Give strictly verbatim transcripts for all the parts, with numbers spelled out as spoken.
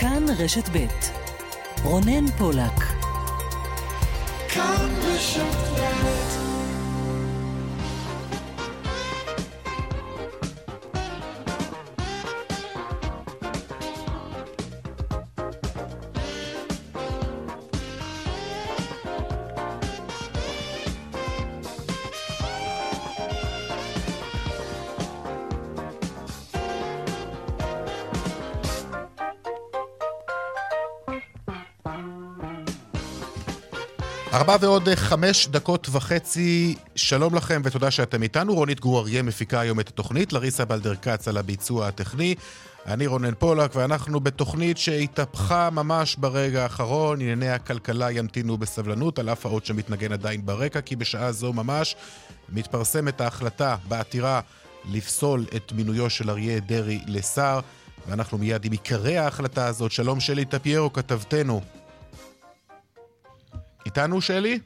כאן רשת ב' רונן פולק. כאן רשת ב'. ארבע ועוד חמש דקות וחצי, שלום לכם ותודה שאתם איתנו. רונית גור אריה מפיקה היום את התוכנית, לריסה בלדרקץ על הביצוע הטכני. אני רונן פולק ואנחנו בתוכנית שהתהפכה ממש ברגע האחרון. ענייני הכלכלה ימתינו בסבלנות, על אף האות שמתנגן עדיין ברקע, כי בשעה זו ממש מתפרסמת ההחלטה בעתירה לפסול את מינויו של אריה דרעי לשר, ואנחנו מיד עם עיקרי ההחלטה הזאת. שלום שלי טפיירו, כתבתנו. איתנו שלי?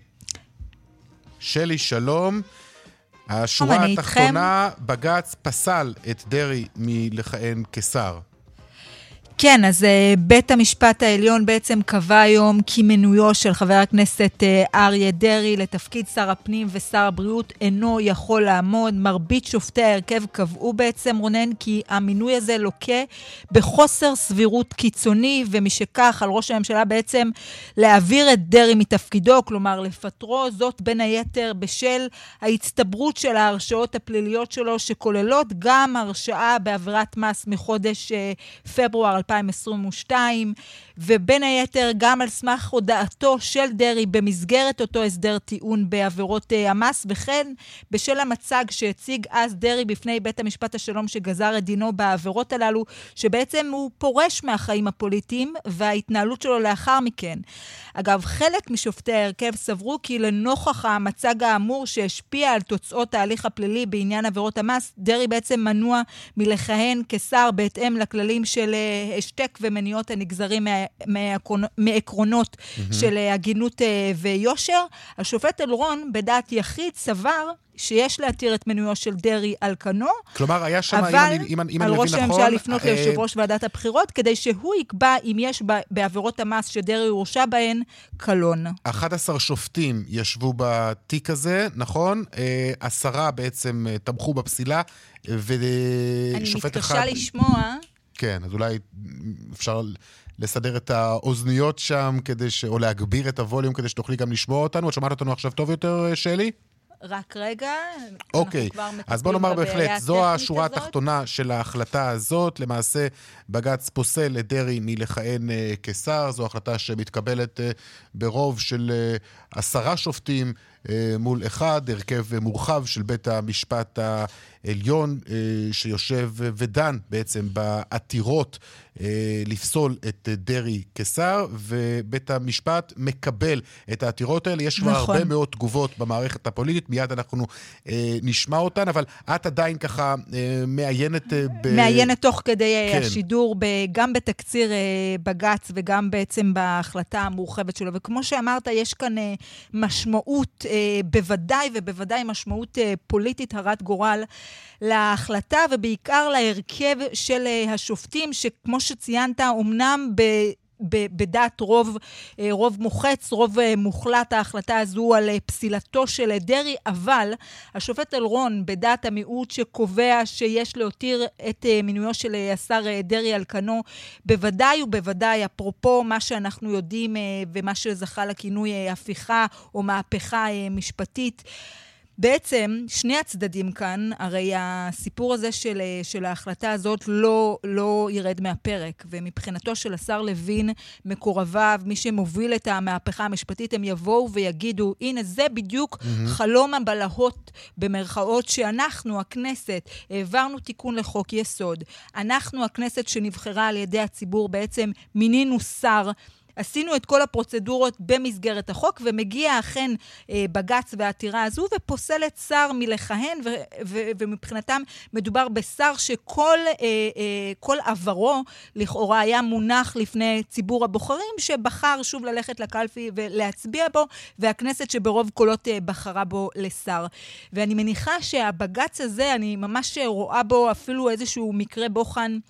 שלי, שלום. השורה התחתונה, בג"ץ פסל את דרעי מלכהן כשר. כן, אז בית המשפט העליון בעצם קבע היום כי מינויו של חבר הכנסת אריה דרעי לתפקיד שר הפנים ושר הבריאות אינו יכול לעמוד. מרבית שופטי ההרכב קבעו בעצם, רונן, כי המינוי הזה לוקה בחוסר סבירות קיצוני, ומשכך על ראש הממשלה בעצם להעביר את דרעי מתפקידו, כלומר לפטרו, זאת בין היתר בשל ההצטברות של ההרשעות הפליליות שלו, שכוללות גם הרשעה בעבירת מס מחודש פברואר אלפיים עשרים ושתיים, ובין היתר גם על סמך הודעתו של דרעי במסגרת אותו הסדר טיעון בעבירות המס, וכן בשל המצג שהציג אז דרעי בפני בית המשפט השלום שגזר את דינו בעבירות הללו, שבעצם הוא פורש מהחיים הפוליטיים וההתנהלות שלו לאחר מכן. אגב, חלק משופטי ההרכב סברו כי לנוכח המצג האמור שהשפיע על תוצאות ההליך הפלילי בעניין עבירות המס, דרעי בעצם מנוע מלכהן כשר בהתאם לכללים של השתק ומניעות הנגזרים מעקרונות של הגינות ויושר. השופט אלרון בדעת יחיד סבר שיש להתיר את מינויו של דרעי על כנו, כלומר, היה שם, אבל אם אני, אם אני, אם על אני ראש מבין הממשלה נכון, לפנות אה... ליושב ראש ועדת הבחירות, כדי שהוא יקבע אם יש בעבירות המס שדרעי הורשע בהן קלון. אחד עשר שופטים ישבו בתיק הזה, נכון? אה, עשרה בעצם תמכו בפסילה, ושופט אחד... אני מתקשה לשמוע... כן, אז אולי אפשר לסדר את האוזניות שם, כדי ש... או להגביר את הווליום כדי שתוכלי גם לשמוע אותנו. את שמעת אותנו עכשיו טוב יותר, שלי? רק רגע. אוקיי, אז בוא נאמר בהחלט, זו השורה התחתונה של ההחלטה הזאת. למעשה, בג"ץ פוסל את דרעי מלכהן כשר. זו החלטה שמתקבלת ברוב של עשרה שופטים מול אחד, הרכב מורחב של בית המשפט העליון שיושב ודן בעצם בעתירות לפסול את דרעי כשר, ובית המשפט מקבל את העתירות האלה. יש כבר הרבה מאוד תגובות במערכת הפוליטית, מיד אנחנו נשמע אותן, אבל את עדיין ככה מעיינת ב... מעיינת תוך כדי כן. השידור, גם בתקציר בג"ץ וגם בעצם בהחלטה המורחבת שלו, וכמו שאמרת, יש כאן משמעות בוודאי ובוודאי משמעות פוליטית הרת גורל להחלטה, ובעיקר להרכב של השופטים, שכמו שציינת, אומנם ב... בדעת רוב, רוב מוחץ, רוב מוחלט ההחלטה הזו על פסילתו של דרעי, אבל השופט אלרון בדעת המיעוט שקובע שיש להותיר את מינויו של השר דרעי על כנו, בוודאי ובוודאי, אפרופו מה שאנחנו יודעים ומה שזכה לכינוי הפיכה או מהפכה משפטית, בעצם שני הצדדים כאן, הרי הסיפור הזה של, של ההחלטה הזאת לא, לא ירד מהפרק, ומבחינתו של השר לוין, מקורביו, מי שמוביל את המהפכה המשפטית, הם יבואו ויגידו, הנה זה בדיוק mm-hmm. חלום הבלהות במרכאות, שאנחנו, הכנסת, העברנו תיקון לחוק יסוד. אנחנו, הכנסת שנבחרה על ידי הציבור, בעצם מינינו שר, עשינו את כל הפרוצדורות במסגרת החוק, ומגיע אכן אה, בג"ץ והעתירה הזו, ופוסלת שר מלכהן, ו- ו- ומבחינתם מדובר בשר שכל אה, אה, כל עברו לכאורה היה מונח לפני ציבור הבוחרים, שבחר שוב ללכת לקלפי ולהצביע בו, והכנסת שברוב קולות אה, בחרה בו לשר. ואני מניחה שהבג"ץ הזה, אני ממש רואה בו אפילו איזשהו מקרה בוחן,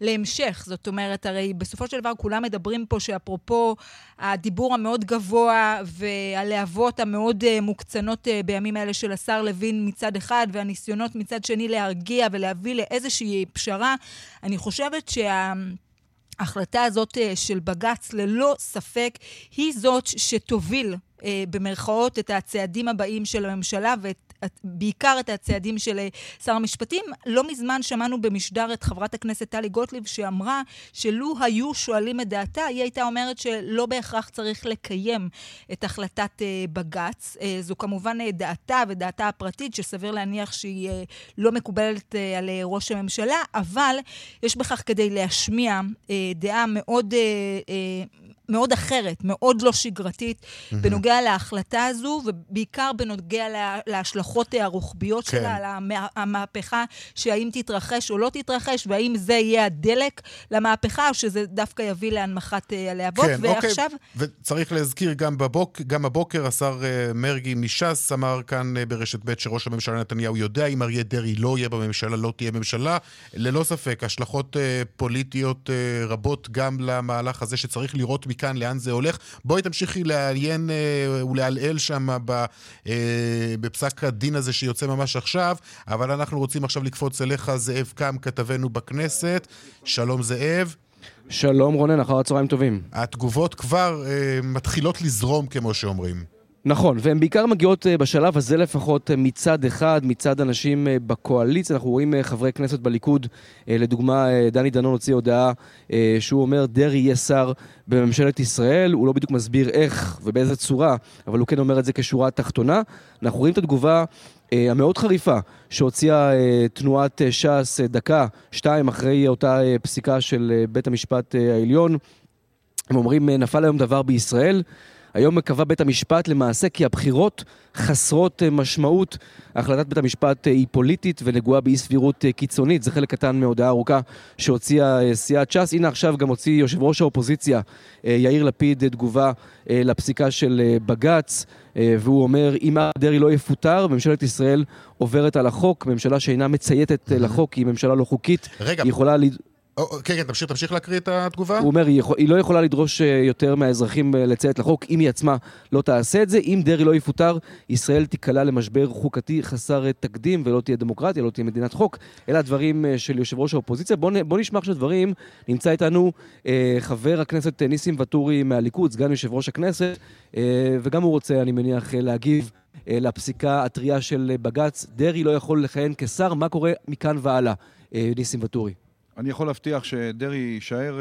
להמשך. זאת אומרת, הרי בסופו של דבר כולם מדברים פה שאפרופו הדיבור המאוד גבוה והלהבות המאוד מוקצנות בימים האלה של השר לוין מצד אחד, והניסיונות מצד שני להרגיע ולהביא לאיזושהי פשרה, אני חושבת שה... ההחלטה הזאת של בג"ץ ללא ספק היא זאת שתוביל במרכאות את הצעדים הבאים של הממשלה ובעיקר את הצעדים של שר המשפטים. לא מזמן שמענו במשדר את חברת הכנסת טלי גוטליב שאמרה שלו היו שואלים את דעתה, היא הייתה אומרת שלא בהכרח צריך לקיים את החלטת בג"ץ. זו כמובן דעתה ודעתה הפרטית שסביר להניח שהיא לא מקובלת על ראש הממשלה, אבל יש בכך כדי להשמיע דעה מאוד מאוד אחרת, מאוד לא שגרתית, mm-hmm. בנוגע להחלטה הזו, ובעיקר בנוגע לה, להשלכות הרוחביות כן. שלה, על המהפכה, שהאם תתרחש או לא תתרחש, והאם זה יהיה הדלק למהפכה, או שזה דווקא יביא להנמכת הלהבות. כן, ועכשיו... אוקיי. וצריך להזכיר גם, בבוק, גם הבוקר, השר מרגי מש"ס אמר כאן ברשת ב' שראש הממשלה נתניהו יודע, אם אריה דרעי לא יהיה בממשלה, לא תהיה ממשלה. ללא ספק, השלכות פוליטיות רבות גם למהלך הזה, שצריך לראות מכאן לאן זה הולך. בואי תמשיכי לעיין ולהלעל שם בפסק הדין הזה שיוצא ממש עכשיו, אבל אנחנו רוצים עכשיו לקפוץ אליך, זאב קם, כתבנו בכנסת. שלום זאב. שלום רונן, אחר הצהריים טובים. התגובות כבר מתחילות לזרום כמו שאומרים. נכון, והן בעיקר מגיעות בשלב הזה לפחות מצד אחד, מצד אנשים בקואליציה. אנחנו רואים חברי כנסת בליכוד, לדוגמה דני דנון הוציא הודעה שהוא אומר דרעי יהיה שר בממשלת ישראל, הוא לא בדיוק מסביר איך ובאיזה צורה, אבל הוא כן אומר את זה כשורה תחתונה. אנחנו רואים את התגובה המאוד חריפה שהוציאה תנועת ש"ס דקה, שתיים אחרי אותה פסיקה של בית המשפט העליון. הם אומרים נפל היום דבר בישראל, היום מקווה בית המשפט למעשה כי הבחירות חסרות משמעות. החלטת בית המשפט היא פוליטית ונגועה באי סבירות קיצונית. זה חלק קטן מהודעה ארוכה שהוציאה סיעת ש"ס. הנה עכשיו גם הוציא יושב ראש האופוזיציה יאיר לפיד תגובה לפסיקה של בג"ץ, והוא אומר אם דרעי לא יפוטר, ממשלת ישראל עוברת על החוק. ממשלה שאינה מצייתת לחוק היא ממשלה לא חוקית. רגע. היא יכולה... כן, כן, תמשיך, תמשיך להקריא את התגובה. הוא אומר, היא, יכול, היא לא יכולה לדרוש יותר מהאזרחים לציית לחוק, אם היא עצמה לא תעשה את זה. אם דרעי לא יפוטר, ישראל תיקלע למשבר חוקתי חסר תקדים, ולא תהיה דמוקרטיה, לא תהיה מדינת חוק. אלה הדברים של יושב ראש האופוזיציה. בוא, בוא נשמע עכשיו דברים. נמצא איתנו אה, חבר הכנסת ניסים ואטורי מהליכוד, סגן יושב ראש הכנסת, אה, וגם הוא רוצה, אני מניח, להגיב אה, לפסיקה הטריה של בג"ץ. דרעי לא יכול לכהן כשר, מה קורה מכאן והלאה? אה, ניסים ואטורי. אני יכול להבטיח שדרעי יישאר,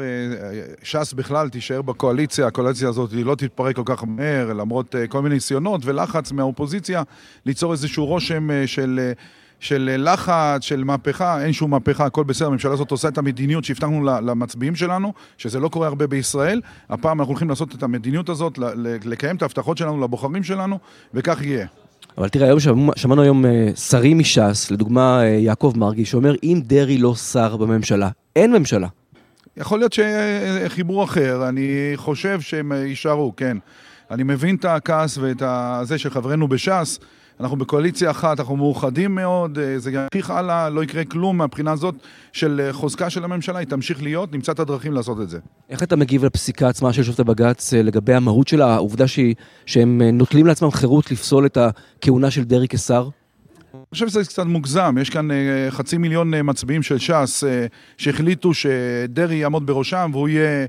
ש"ס בכלל תישאר בקואליציה, הקואליציה הזאת לא תתפרק כל כך מהר, למרות כל מיני ניסיונות ולחץ מהאופוזיציה, ליצור איזשהו רושם של, של לחץ, של מהפכה. אין שום מהפכה, הכל בסדר, הממשלה הזאת עושה את המדיניות שהבטחנו למצביעים שלנו, שזה לא קורה הרבה בישראל. הפעם אנחנו הולכים לעשות את המדיניות הזאת, לקיים את ההבטחות שלנו לבוחרים שלנו, וכך יהיה. אבל תראה, היום שמענו היום שרים מש"ס, לדוגמה יעקב מרגי, שאומר אם דרעי לא שר בממשלה, אין ממשלה. יכול להיות שחיבור אחר, אני חושב שהם יישארו, כן. אני מבין את הכעס ואת זה של חברינו בש"ס, אנחנו בקואליציה אחת, אנחנו מאוחדים מאוד, זה ימשיך הלאה, לא יקרה כלום מהבחינה הזאת של חוזקה של הממשלה, היא תמשיך להיות, נמצא את הדרכים לעשות את זה. איך אתה מגיב לפסיקה עצמה של שופטי בג"ץ לגבי המהות של העובדה שהם נוטלים לעצמם חירות לפסול את הכהונה של דרעי כשר? אני חושב שזה קצת מוגזם, יש כאן חצי מיליון מצביעים של ש"ס שהחליטו שדרעי יעמוד בראשם והוא יהיה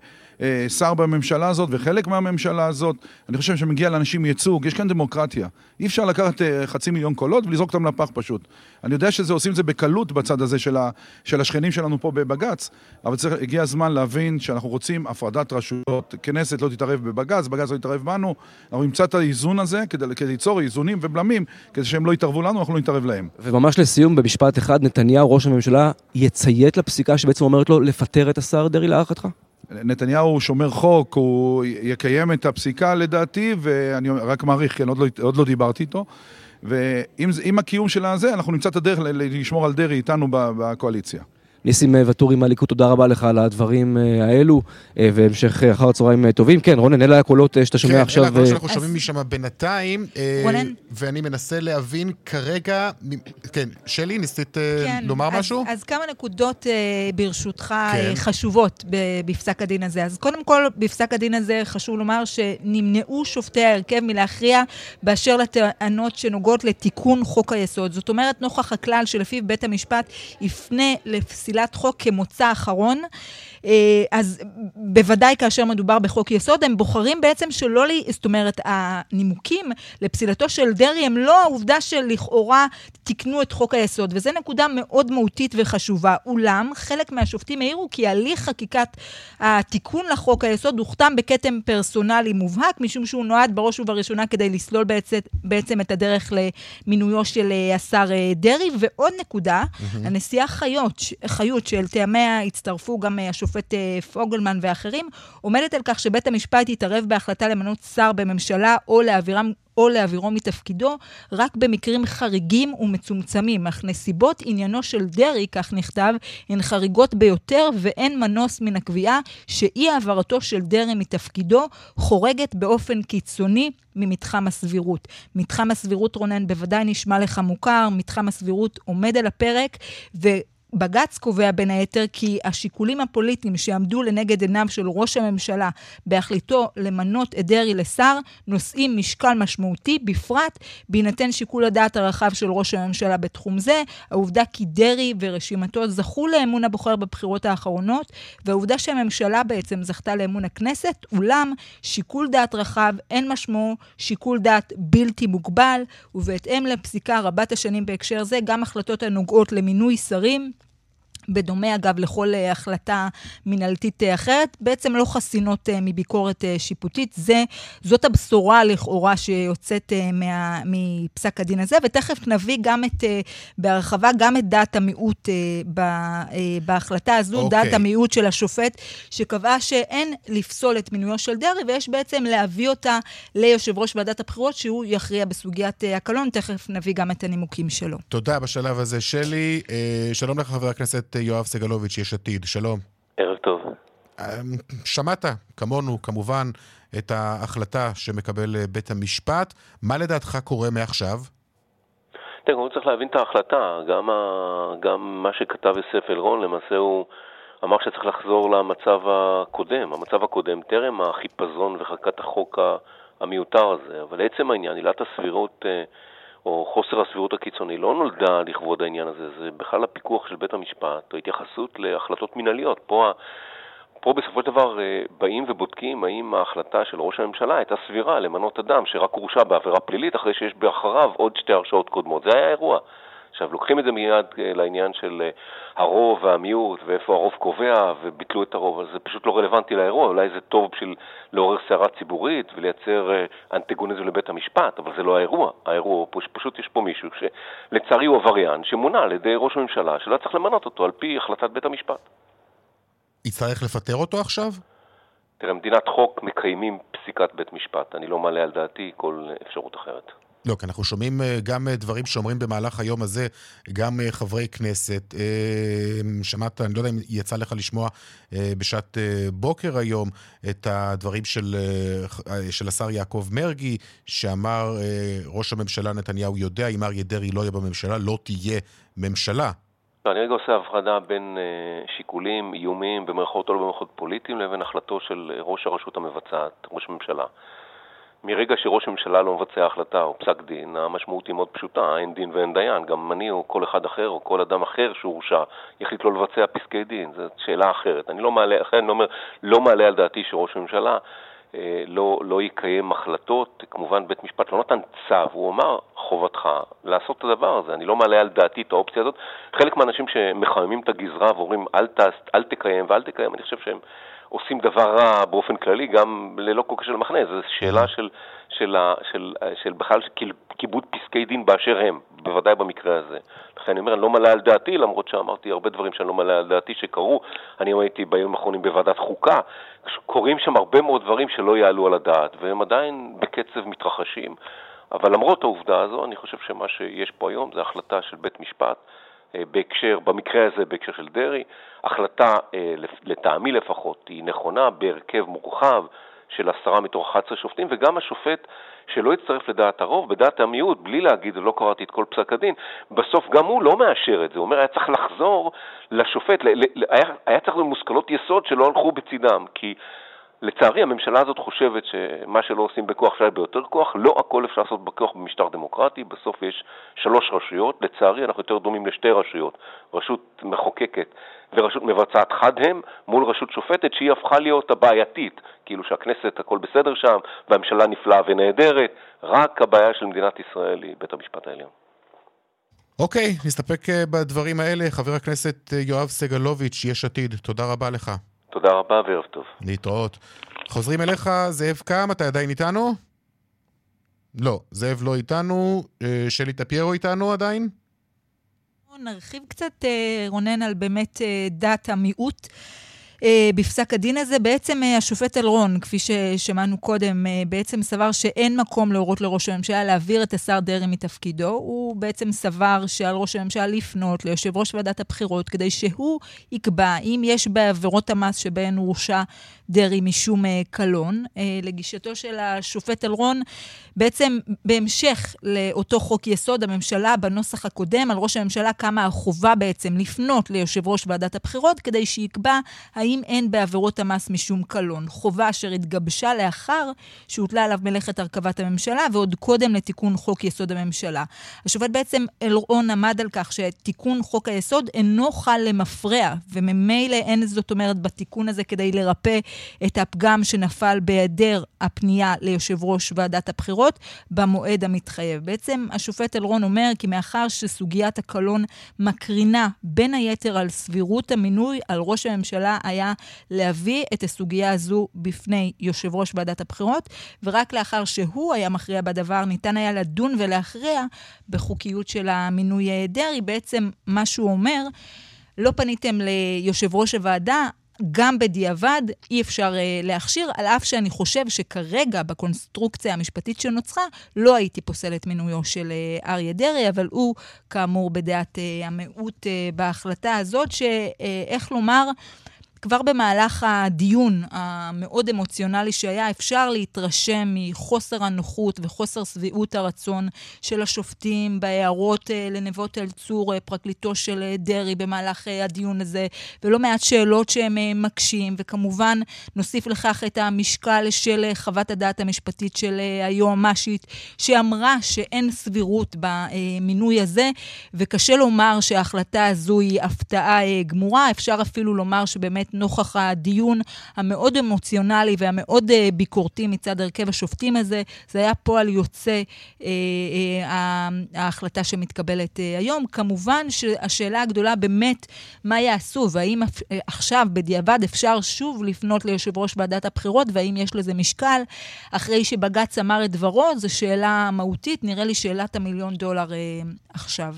שר בממשלה הזאת וחלק מהממשלה הזאת. אני חושב שמגיע לאנשים ייצוג, יש כאן דמוקרטיה. אי אפשר לקחת חצי מיליון קולות ולזרוק אותם לפח פשוט. אני יודע שזה עושים זה בקלות בצד הזה של, ה, של השכנים שלנו פה בבג"ץ, אבל צריך, הגיע הזמן להבין שאנחנו רוצים הפרדת רשויות, כנסת לא תתערב בבג"ץ, בג"ץ לא יתערב בנו, אנחנו נמצא את האיזון הזה כדי, כדי ליצור איזונים ובלמים, כדי שהם לא יתערבו לנו, אנחנו לא נתערב להם. וממש לסיום, במשפט אחד, נתניהו, ראש הממשלה, יציית לפסיקה שבעצם אומרת לו לפטר את השר דרעי להערכתך? נתניהו שומר חוק, הוא יקיים את הפסיקה לדעתי, ואני רק מעריך, כן, עוד לא, עוד לא דיברתי איתו, ועם עם הקיום של הזה, אנחנו נמצא את הדרך לשמור על דרעי איתנו בקואליציה. ניסים וטורי מהליכוד, תודה רבה לך על הדברים האלו, והמשך אחר הצהריים טובים. כן, רונן, אלה הקולות שאתה שומע עכשיו. כן, אלה הקולות שאנחנו שומעים משם בינתיים, ואני מנסה להבין כרגע, כן, שלי, ניסית לומר משהו? אז כמה נקודות ברשותך חשובות בפסק הדין הזה. אז קודם כל, בפסק הדין הזה חשוב לומר שנמנעו שופטי ההרכב מלהכריע באשר לטענות שנוגעות לתיקון חוק היסוד. זאת אומרת, נוכח הכלל שלפיו בית המשפט יפנה לפסילת חוק כמוצא אחרון, אז בוודאי כאשר מדובר בחוק יסוד, הם בוחרים בעצם שלא, זאת אומרת, הנימוקים לפסילתו של דרי הם לא העובדה שלכאורה תקנו את חוק היסוד, וזו נקודה מאוד מהותית וחשובה. אולם, חלק מהשופטים העירו כי הליך חקיקת התיקון לחוק היסוד הוכתם בכתם פרסונלי מובהק, משום שהוא נועד בראש ובראשונה כדי לסלול בעצם, בעצם את הדרך למינויו של השר דרי. ועוד נקודה, mm-hmm. הנשיאה חיות, חיות של טעמיה הצטרפו גם השופט השופט פוגלמן ואחרים, עומדת על כך שבית המשפט יתערב בהחלטה למנות שר בממשלה או להעבירם או להעבירו מתפקידו, רק במקרים חריגים ומצומצמים, אך נסיבות עניינו של דרי, כך נכתב, הן חריגות ביותר, ואין מנוס מן הקביעה שאי העברתו של דרי מתפקידו חורגת באופן קיצוני ממתחם הסבירות. מתחם הסבירות, רונן, בוודאי נשמע לך מוכר, מתחם הסבירות עומד על הפרק, ו... בג"ץ קובע בין היתר כי השיקולים הפוליטיים שעמדו לנגד עיניו של ראש הממשלה בהחליטו למנות את דרי לשר נושאים משקל משמעותי, בפרט בהינתן שיקול הדעת הרחב של ראש הממשלה בתחום זה, העובדה כי דרי ורשימתו זכו לאמון הבוחר בבחירות האחרונות, והעובדה שהממשלה בעצם זכתה לאמון הכנסת, אולם שיקול דעת רחב אין משמעו שיקול דעת בלתי מוגבל, ובהתאם לפסיקה רבת השנים בהקשר זה, גם החלטות הנוגעות למינוי שרים, בדומה אגב לכל החלטה מנהלתית אחרת, בעצם לא חסינות מביקורת שיפוטית. זה, זאת הבשורה לכאורה שיוצאת מה, מפסק הדין הזה, ותכף נביא גם את, בהרחבה, גם את דעת המיעוט בהחלטה הזו, okay. דעת המיעוט של השופט, שקבעה שאין לפסול את מינויו של דרי, ויש בעצם להביא אותה ליושב ראש ועדת הבחירות, שהוא יכריע בסוגיית הקלון. תכף נביא גם את הנימוקים שלו. תודה בשלב הזה, שלי. שלום לך חבר הכנסת יואב סגלוביץ', יש עתיד, שלום. ערב טוב. שמעת, כמונו, כמובן, את ההחלטה שמקבל בית המשפט. מה לדעתך קורה מעכשיו? תראה, הוא צריך להבין את ההחלטה. גם, ה... גם מה שכתב יוסף אלרון, למעשה הוא אמר שצריך לחזור למצב הקודם. המצב הקודם, טרם החיפזון וחקת החוק המיותר הזה. אבל לעצם העניין, עילת הסבירות או חוסר הסבירות הקיצוני לא נולדה לכבוד העניין הזה, זה בכלל הפיקוח של בית המשפט, או התייחסות להחלטות מנהליות. פה, פה בסופו של דבר באים ובודקים האם ההחלטה של ראש הממשלה הייתה סבירה למנות אדם שרק הורשע בעבירה פלילית אחרי שיש באחריו עוד שתי הרשעות קודמות. זה היה האירוע. עכשיו, לוקחים את זה מיד לעניין של הרוב והמיעוט, ואיפה הרוב קובע, וביטלו את הרוב, אז זה פשוט לא רלוונטי לאירוע, אולי זה טוב בשביל לעורר סערה ציבורית, ולייצר אנטגוניזם לבית המשפט, אבל זה לא האירוע. האירוע, פשוט יש פה מישהו שלצערי הוא עבריין, שמונה על ידי ראש הממשלה, שלא צריך למנות אותו על פי החלטת בית המשפט. יצטרך לפטר אותו עכשיו? תראה, מדינת חוק מקיימים פסיקת בית משפט, אני לא מעלה על דעתי כל אפשרות אחרת. לא, כי אנחנו שומעים גם דברים שאומרים במהלך היום הזה, גם חברי כנסת. שמעת, אני לא יודע אם יצא לך לשמוע בשעת בוקר היום, את הדברים של, של השר יעקב מרגי, שאמר ראש הממשלה נתניהו יודע, אם אריה דרעי לא יהיה בממשלה, לא תהיה ממשלה. אני רגע עושה הבחנה בין שיקולים, איומים, במרכאות או לא במרכאות פוליטיים, לבין החלטו של ראש הרשות המבצעת, ראש הממשלה. מרגע שראש הממשלה לא מבצע החלטה או פסק דין, המשמעות היא מאוד פשוטה, אין דין ואין דיין, גם אני או כל אחד אחר או כל אדם אחר שהורשע יחליט לא לבצע פסקי דין, זו שאלה אחרת. אני לא מעלה, אחרי אני אומר, לא מעלה על דעתי שראש הממשלה אה, לא, לא יקיים החלטות, כמובן בית משפט לא נתן צו, הוא אומר חובתך לעשות את הדבר הזה, אני לא מעלה על דעתי את האופציה הזאת. חלק מהאנשים שמחממים את הגזרה ואומרים אל, ת, אל תקיים ואל תקיים, אני חושב שהם עושים דבר רע באופן כללי, גם ללא כל קשר למחנה. זו שאלה של, של, של, של בכלל של כיבוד פסקי דין באשר הם, בוודאי במקרה הזה. לכן אני אומר, אני לא מעלה על דעתי, למרות שאמרתי הרבה דברים שאני לא מעלה על דעתי שקרו. אני הייתי בימים האחרונים בוועדת חוקה, קוראים שם הרבה מאוד דברים שלא יעלו על הדעת, והם עדיין בקצב מתרחשים. אבל למרות העובדה הזו, אני חושב שמה שיש פה היום זה החלטה של בית משפט, בהקשר, במקרה הזה בהקשר של דרי, החלטה לטעמי לפחות היא נכונה בהרכב מורחב של עשרה מתוך אחד עשר שופטים, וגם השופט שלא יצטרף לדעת הרוב, בדעת המיעוט, בלי להגיד, לא קראתי את כל פסק הדין, בסוף גם הוא לא מאשר את זה. הוא אומר, היה צריך לחזור לשופט, היה, היה צריך למושכלות יסוד שלא הלכו בצדם, כי לצערי הממשלה הזאת חושבת שמה שלא עושים בכוח אפשר ביותר כוח, לא הכל אפשר לעשות בכוח במשטר דמוקרטי, בסוף יש שלוש רשויות, לצערי אנחנו יותר דומים לשתי רשויות, רשות מחוקקת ורשות מבצעת חד הם, מול רשות שופטת שהיא הפכה להיות הבעייתית, כאילו שהכנסת הכל בסדר שם, והממשלה נפלאה ונהדרת, רק הבעיה של מדינת ישראל היא בית המשפט העליון. אוקיי, נסתפק בדברים האלה. חבר הכנסת יואב סגלוביץ', יש עתיד, תודה רבה לך. תודה רבה וערב טוב. להתראות. חוזרים אליך, זאב קם, אתה עדיין איתנו? לא, זאב לא איתנו. שלי טפיירו איתנו עדיין? נרחיב קצת, רונן, על באמת דת המיעוט. בפסק הדין הזה, בעצם השופט אלרון, כפי ששמענו קודם, בעצם סבר שאין מקום להורות לראש הממשלה להעביר את השר דרעי מתפקידו. הוא בעצם סבר שעל ראש הממשלה לפנות ליושב ראש ועדת הבחירות, כדי שהוא יקבע אם יש בעבירות המס שבהן הורשע דרעי משום קלון. לגישתו של השופט אלרון, בעצם בהמשך לאותו חוק יסוד הממשלה בנוסח הקודם, על ראש הממשלה קמה החובה בעצם לפנות ליושב ראש ועדת הבחירות, כדי שיקבע האם אין בעבירות המס משום קלון. חובה אשר התגבשה לאחר שהוטלה עליו מלאכת הרכבת הממשלה, ועוד קודם לתיקון חוק יסוד הממשלה. השופט בעצם אלרון עמד על כך שתיקון חוק היסוד אינו חל למפרע, וממילא אין זאת אומרת בתיקון הזה כדי לרפא את הפגם שנפל בהיעדר הפנייה ליושב ראש ועדת הבחירות במועד המתחייב. בעצם השופט אלרון אומר כי מאחר שסוגיית הקלון מקרינה בין היתר על סבירות המינוי, על ראש הממשלה היה להביא את הסוגיה הזו בפני יושב ראש ועדת הבחירות, ורק לאחר שהוא היה מכריע בדבר ניתן היה לדון ולהכריע בחוקיות של המינוי דרעי. בעצם מה שהוא אומר, לא פניתם ליושב ראש הוועדה, גם בדיעבד אי אפשר uh, להכשיר, על אף שאני חושב שכרגע בקונסטרוקציה המשפטית שנוצרה, לא הייתי פוסלת מינויו של uh, אריה דרעי, אבל הוא כאמור בדעת uh, המיעוט uh, בהחלטה הזאת, שאיך uh, לומר, כבר במהלך הדיון המאוד אמוציונלי שהיה, אפשר להתרשם מחוסר הנוחות וחוסר סביעות הרצון של השופטים בהערות לנבות אלצור, פרקליטו של דרעי במהלך הדיון הזה, ולא מעט שאלות שהם מקשים, וכמובן נוסיף לכך את המשקל של חוות הדעת המשפטית של היועמ"שית, שאמרה שאין סבירות במינוי הזה, וקשה לומר שההחלטה הזו היא הפתעה גמורה. אפשר אפילו לומר שבאמת נוכח הדיון המאוד אמוציונלי והמאוד ביקורתי מצד הרכב השופטים הזה, זה היה פועל יוצא אה, אה, ההחלטה שמתקבלת אה, היום. כמובן שהשאלה הגדולה באמת מה יעשו, והאם עכשיו בדיעבד אפשר שוב לפנות ליושב ראש ועדת הבחירות, והאם יש לזה משקל אחרי שבג"ץ אמר את דברו, זו שאלה מהותית, נראה לי שאלת המיליון דולר אה, עכשיו.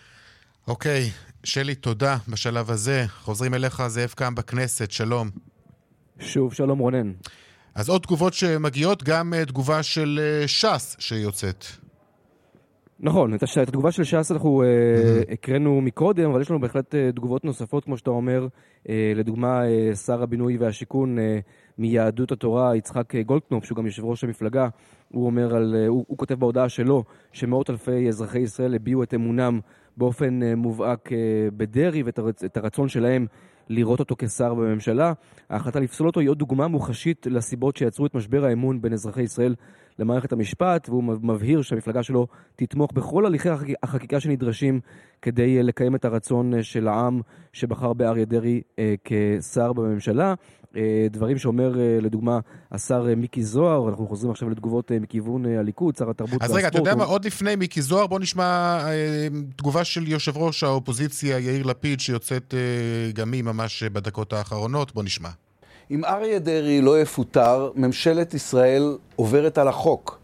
אוקיי. שלי, תודה בשלב הזה. חוזרים אליך, זאב קם בכנסת, שלום. שוב, שלום רונן. אז עוד תגובות שמגיעות, גם תגובה של ש"ס שיוצאת. נכון, את התגובה של ש"ס אנחנו mm-hmm. הקראנו מקודם, אבל יש לנו בהחלט תגובות נוספות, כמו שאתה אומר, לדוגמה, שר הבינוי והשיכון מיהדות התורה, יצחק גולדקנופ, שהוא גם יושב ראש המפלגה, הוא אומר על, הוא, הוא כותב בהודעה שלו, שמאות אלפי אזרחי ישראל הביעו את אמונם באופן מובהק בדרעי, ואת הרצון שלהם לראות אותו כשר בממשלה. ההחלטה לפסול אותו היא עוד דוגמה מוחשית לסיבות שיצרו את משבר האמון בין אזרחי ישראל למערכת המשפט, והוא מבהיר שהמפלגה שלו תתמוך בכל הליכי החקיקה שנדרשים כדי לקיים את הרצון של העם שבחר באריה דרעי כשר בממשלה. דברים שאומר לדוגמה השר מיקי זוהר, אנחנו חוזרים עכשיו לתגובות מכיוון הליכוד, שר התרבות והספורט. אז רגע, אתה יודע מה, עוד לפני מיקי זוהר, בוא נשמע תגובה של יושב ראש האופוזיציה יאיר לפיד, שיוצאת גם היא ממש בדקות האחרונות, בוא נשמע. אם אריה דרעי לא יפוטר, ממשלת ישראל עוברת על החוק.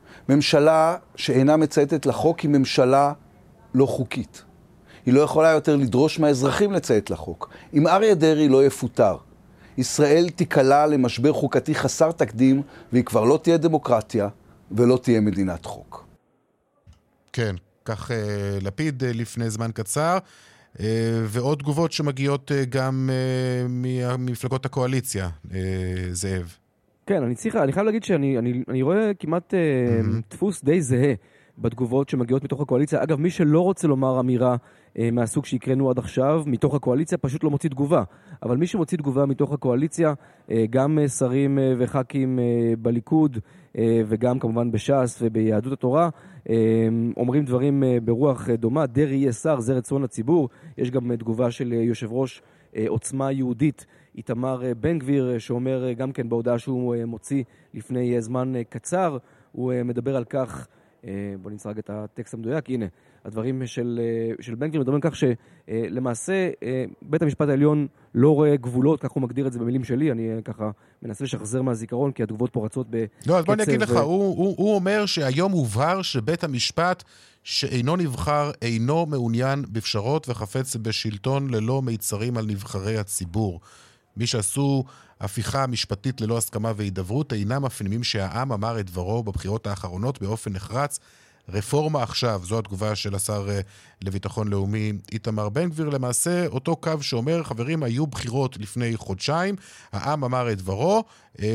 ממשלה שאינה מצייתת לחוק היא ממשלה לא חוקית. היא לא יכולה יותר לדרוש מהאזרחים לציית לחוק. אם אריה דרעי לא יפוטר, ישראל תיקלה למשבר חוקתי חסר תקדים, והיא כבר לא תהיה דמוקרטיה ולא תהיה מדינת חוק. כן, כך לפיד לפני זמן קצר. ועוד תגובות שמגיעות גם ממפלגות הקואליציה, זאב. כן, אני צריך, אני חייב להגיד שאני אני, אני רואה כמעט mm-hmm. דפוס די זהה בתגובות שמגיעות מתוך הקואליציה. אגב, מי שלא רוצה לומר אמירה אה, מהסוג שהקראנו עד עכשיו, מתוך הקואליציה, פשוט לא מוציא תגובה. אבל מי שמוציא תגובה מתוך הקואליציה, אה, גם אה, שרים אה, וח"כים אה, בליכוד, אה, וגם כמובן בש"ס וביהדות התורה, אה, אומרים דברים אה, ברוח אה, דומה. דרעי יהיה שר, זה רצון הציבור. יש גם אה, תגובה של אה, יושב ראש אה, עוצמה יהודית, איתמר אה, בן גביר, אה, שאומר אה, גם כן בהודעה שהוא אה, מוציא לפני אה, זמן אה, קצר, הוא אה, מדבר על כך, בוא נמצא רגע את הטקסט המדויק, הנה, הדברים של, של בן גביר מדברים כך שלמעשה בית המשפט העליון לא רואה גבולות, כך הוא מגדיר את זה במילים שלי, אני ככה מנסה לשחזר מהזיכרון, כי התגובות פה רצות בקצב. לא, אז בוא אני אגיד לך, ו... הוא, הוא, הוא אומר שהיום הובהר שבית המשפט שאינו נבחר, אינו מעוניין בפשרות וחפץ בשלטון ללא מיצרים על נבחרי הציבור. מי שעשו הפיכה משפטית ללא הסכמה והידברות אינם מפנימים שהעם אמר את דברו בבחירות האחרונות באופן נחרץ. רפורמה עכשיו, זו התגובה של השר לביטחון לאומי איתמר בן גביר. למעשה אותו קו שאומר, חברים, היו בחירות לפני חודשיים, העם אמר את דברו,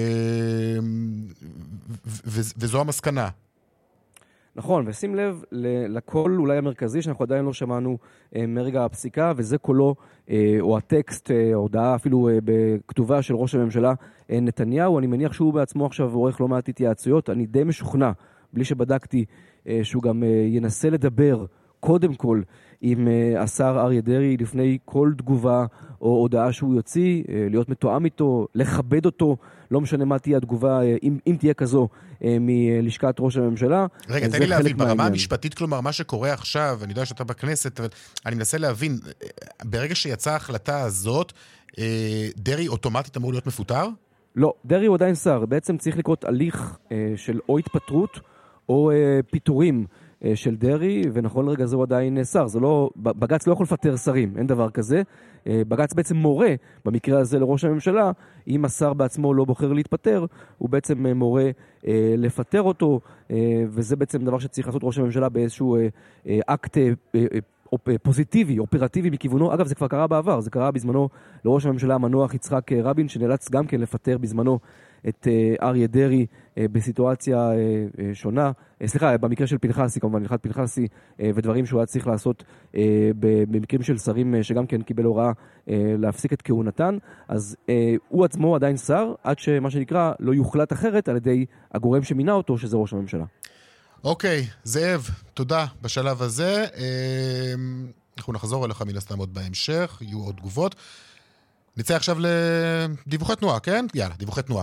וזו המסקנה. נכון, ושים לב לקול אולי המרכזי שאנחנו עדיין לא שמענו מרגע הפסיקה, וזה קולו, או הטקסט, ההודעה אפילו בכתובה של ראש הממשלה נתניהו. אני מניח שהוא בעצמו עכשיו עורך לא מעט התייעצויות. אני די משוכנע, בלי שבדקתי, שהוא גם ינסה לדבר קודם כל עם השר אריה דרעי לפני כל תגובה או הודעה שהוא יוציא, להיות מתואם איתו, לכבד אותו, לא משנה מה תהיה התגובה, אם, אם תהיה כזו מלשכת ראש הממשלה. רגע, תן לי להבין, ברמה המשפטית, כלומר, מה שקורה עכשיו, אני יודע שאתה בכנסת, אבל אני מנסה להבין, ברגע שיצאה ההחלטה הזאת, דרעי אוטומטית אמור להיות מפוטר? לא, דרעי הוא עדיין שר, בעצם צריך לקרות הליך של או התפטרות או פיטורים של דרעי, ונכון לרגע זה הוא עדיין שר. זה לא, בג"ץ לא יכול לפטר שרים, אין דבר כזה. בג"ץ בעצם מורה, במקרה הזה לראש הממשלה, אם השר בעצמו לא בוחר להתפטר, הוא בעצם מורה לפטר אותו, וזה בעצם דבר שצריך לעשות ראש הממשלה באיזשהו אקט פוזיטיבי, אופרטיבי מכיוונו. אגב, זה כבר קרה בעבר, זה קרה בזמנו לראש הממשלה המנוח יצחק רבין, שנאלץ גם כן לפטר בזמנו את אריה דרעי בסיטואציה שונה, סליחה, במקרה של פנחסי, כמובן, הלכת פנחסי, ודברים שהוא היה צריך לעשות במקרים של שרים שגם כן קיבל הוראה להפסיק את כהונתן. אז הוא עצמו עדיין שר, עד שמה שנקרא לא יוחלט אחרת על ידי הגורם שמינה אותו, שזה ראש הממשלה. אוקיי, זאב, תודה בשלב הזה. אנחנו נחזור אליך מן הסתם עוד בהמשך, יהיו עוד תגובות. נצא עכשיו לדיווחי תנועה, כן? יאללה, דיווחי תנועה.